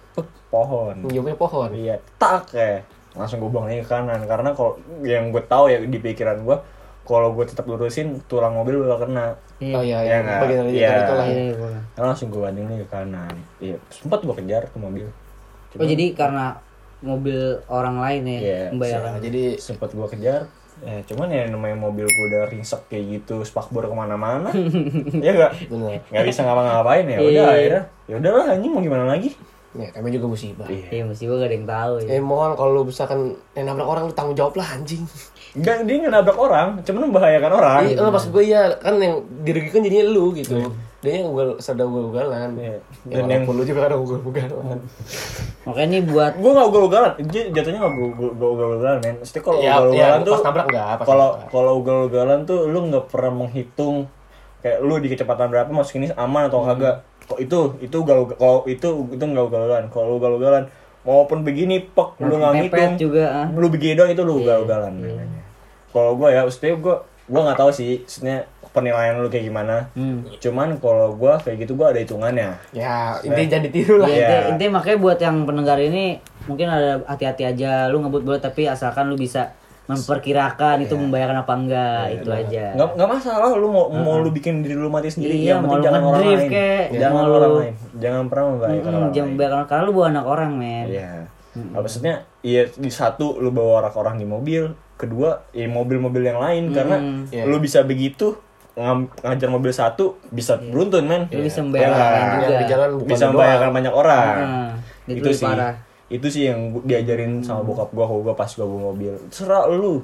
pohon. Menjauhnya pohon. Iya, tak kayak langsung gue buang lagi ke kanan karena kalau yang gue tahu ya di pikiran gue kalau gue tetap lurusin tulang mobil bakal kena. Oh iya, Ya ya, nggak? bagian dari Iya. itu lah ya. Karena langsung gue banding lagi ke kanan. Iya, sempat gue kejar ke mobil. Oh jadi karena mobil orang lain ya Iya, membayarkan. Nah, jadi sempat gue kejar. Ya, cuman ya namanya mobil gue udah ringsek kayak gitu, spakbor kemana-mana, ya gak, bener. nggak bisa ngapa-ngapain ya. Udah Iya. akhirnya, ya udahlah anjing mau gimana lagi? Ya, kami juga musibah. Iya mesti gue gak ada yang tahu ya. Eh mohon kalau lu misalkan yang nabrak orang lu tanggung jawab lah anjing. Enggak, dia nggak nabrak orang, cuman membahayakan orang. Iya, oh, maksud gue ya kan yang dirugikan jadinya lu gitu. Dia yang ugal serda ugal-ugalan. Iya. Ya, Dan yang walaupun lu juga ada ugal-ugalan. Makanya ini buat gue nggak ugal-ugalan, J- jatuhnya nggak ugal-ugalan, men. Mesti kalau Ya, ugal-ugalan ya, tuh, pas nabrak nggak, pas kalau nabrak. kalau ugal-ugalan tuh lu nggak pernah menghitung kayak lu di kecepatan berapa masuk ini aman atau kagak. Kok itu itu ugal kalau itu itu nggak ugal-ugalan. Kalau ugal-ugalan maupun begini pek lu nggak mepet ngitung juga ah. lu begini doang itu lu ugal-ugalan namanya. Kalau gue ya, maksudnya gue gue nggak tahu sih, maksudnya penilaian lu kayak gimana. Hmm. Cuman kalau gue kayak gitu gue ada hitungannya. Ya, intinya jangan ditiru lah. Iya, Iya. inti- intinya makanya buat yang pendengar ini mungkin ada hati-hati aja, lu ngebut boleh tapi asalkan lu bisa memperkirakan itu membayarkan apa enggak, itu aja. Nggak nggak masalah lu mau mau lu bikin diri lu mati sendiri, Iya, yang mau penting lu jangan orang ngedrift lain. kek, Jangan mau orang lu- lain. Jangan pernah membahayakan Hmm, orang jangan lain. membayarkan karena lu bawa anak orang, men. Iya. Nah, maksudnya iya di satu lu bawa orang orang di mobil, kedua ya mobil-mobil yang lain karena Iya. lu bisa begitu ngam- ngajar mobil satu bisa beruntun men. Lu bisa membayarkan Ya, orang lain juga. Yang di jalan bukan bisa lu membahayakan doang. banyak orang. Nah, itu itu lebih sih. parah. Itu sih yang gua- diajarin sama bokap gua kalau gua pas gua bawa mobil. Terserah lu.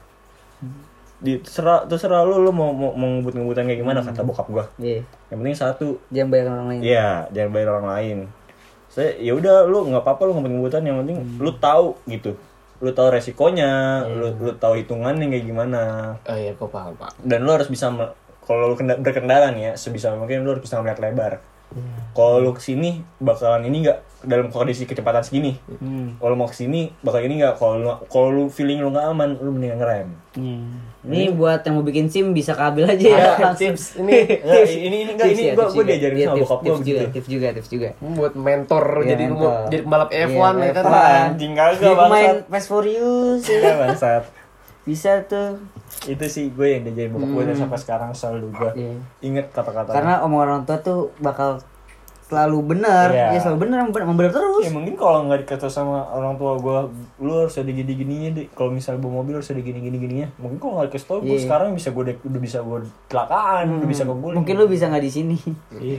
Di terserah terserah lu lu mau mau, mau ngebut-ngebutan kayak gimana kata bokap gua. Iya. Yang penting satu, Jangan bayarkan orang lain. iya, jangan bayar orang lain. Saya ya udah lu nggak apa-apa lu ngebut-ngebutan yang penting lu tahu gitu. Lu tahu resikonya, lu lu tahu hitungannya kayak gimana. Oh iya, kok paham, Pak. Dan lu harus bisa me- kalau lu kenda- berkendara nih ya sebisa mungkin lu harus bisa melihat lebar. Kalau lu kesini bakalan ini nggak dalam kondisi kecepatan segini. Hmm. Kalau mau kesini bakal ini nggak. Kalau lu kalau lu feeling lu nggak aman, lu mendingan ngerem. Hmm. Ini buat yang mau bikin SIM bisa kabel aja ya. Ah, tips ini Nggak, ini ini enggak Tips ini ya, gua tips gua juga. diajarin Iya, sama tips- bokap gua tips juga, begitu. tips juga, tips juga. buat mentor Iya, jadi lu mau mentor. jadi pembalap F satu Iya, ya kan. F satu. Anjing kagak Dia pemain bangsat. Fast Furious Ya ya. bangsat. Bisa tuh. Itu sih gue yang diajarin bokap gue dan sampai sekarang selalu gue Iya. inget kata-kata. Karena omongan orang tua tuh bakal selalu benar. Iya. Ya selalu benar, benar, benar terus. ya mungkin kalau nggak dikata sama orang tua gue, lu harus ada gini-gininya deh. Kalau misal bawa mobil harus ada gini-gini gininya. Mungkin kalau nggak dikasih tau, gue Iya. sekarang bisa gue udah bisa gue kecelakaan, udah bisa keguling. Mungkin lu bisa nggak di sini. Iya.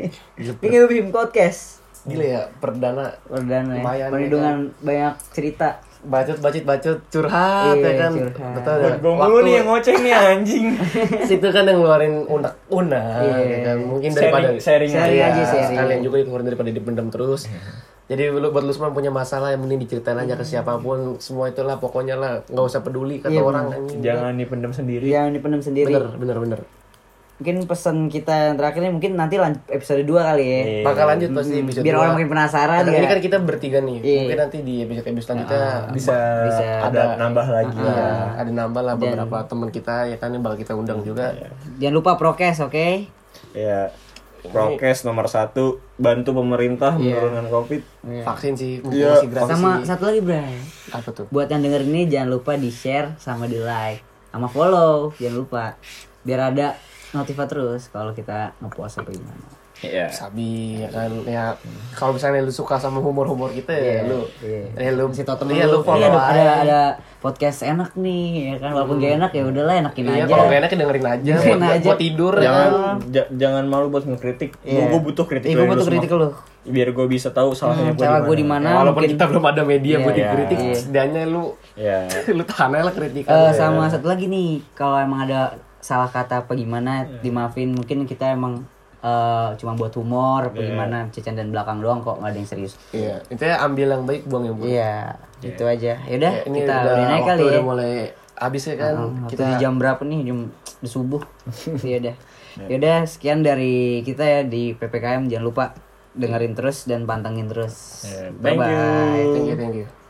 Ini lu bikin podcast. Gila ya, perdana Perdana ya. Lumayan, Penuh ya dengan banyak cerita. bacot bacot bacot curhat Iya, ya kan. curhat. Betul ya. Buat gue mulu nih yang ngoceh nih anjing. Situ kan yang ngeluarin unek-unek Iya. ya kan. Mungkin daripada Sharing- sharing Sharing Iya, aja, sharing. sekalian juga dikeluarin daripada dipendam terus. Jadi lu buat lu semua punya masalah yang mending diceritain aja ke siapapun, semua itulah pokoknya lah, nggak usah peduli kata Iya, orang anjing. Jangan dipendam sendiri. Yang dipendam sendiri. bener bener bener. Mungkin pesan kita yang terakhir ini mungkin nanti lanjut episode dua kali ya. Iya. Bakal lanjut pasti episode Biar dua. orang makin penasaran Karena ya. ini kan kita bertiga nih. Iya. Mungkin nanti di episode episode selanjutnya Bisa, Bisa. ada, nambah lagi. Iya, ya. ada nambah lah beberapa teman kita ya kan yang bakal kita undang juga. Jangan lupa prokes, oke? Ya. Prokes nomor satu, bantu pemerintah Iya. menurunkan covid. Vaksin sih mumpung Iya. masih gratis Sama ini. satu lagi, Bray. Apa tuh? Buat yang denger ini jangan lupa di-share sama di-like sama follow, jangan lupa. Biar ada notifa terus kalau kita ngepost apa gimana. Iya. Sabi ya kan ya kalau misalnya lu suka sama humor-humor kita Iya, ya lu iya. ya lu Kasih tau temen iya, lu, lu follow "Eh, ada, ada aja. ada podcast enak nih, ya kan. Walaupun gak enak ya udahlah enakin Iya, aja. kalau gak enak ya dengerin aja Dengerin buat, aja. buat tidur ya Jangan kan. ja- jangan malu buat ngekritik. Iya. Gue butuh kritik. Iya, dari gue lu butuh semua. kritik lu. Biar gue bisa tahu salahnya Hmm, gue salah gue di mana. Ya, walaupun mungkin- kita belum ada media buat Iya, dikritik, iya. setidaknya lu Ya. lu tahan aja lah kritikan. Eh, sama satu lagi nih, kalau emang ada salah kata apa gimana, Iya. dimaafin. Mungkin kita emang eh, cuma buat humor apa Iya. gimana, cecetan doang doang kok, nggak ada yang serius. Iya, intinya ambil yang baik, buang yang buruk. Iya, itu aja. Yaudah, Ya, ini kita udah udah naik waktu kali ya. udah mulai habis ya kan. Heeh, kita waktu di jam berapa nih? Jam di subuh. Iya udah. Yaudah, sekian dari kita ya di P P K M. Jangan lupa dengerin terus dan pantengin terus. Yeah, thank Bye you. bye. thank you thank you.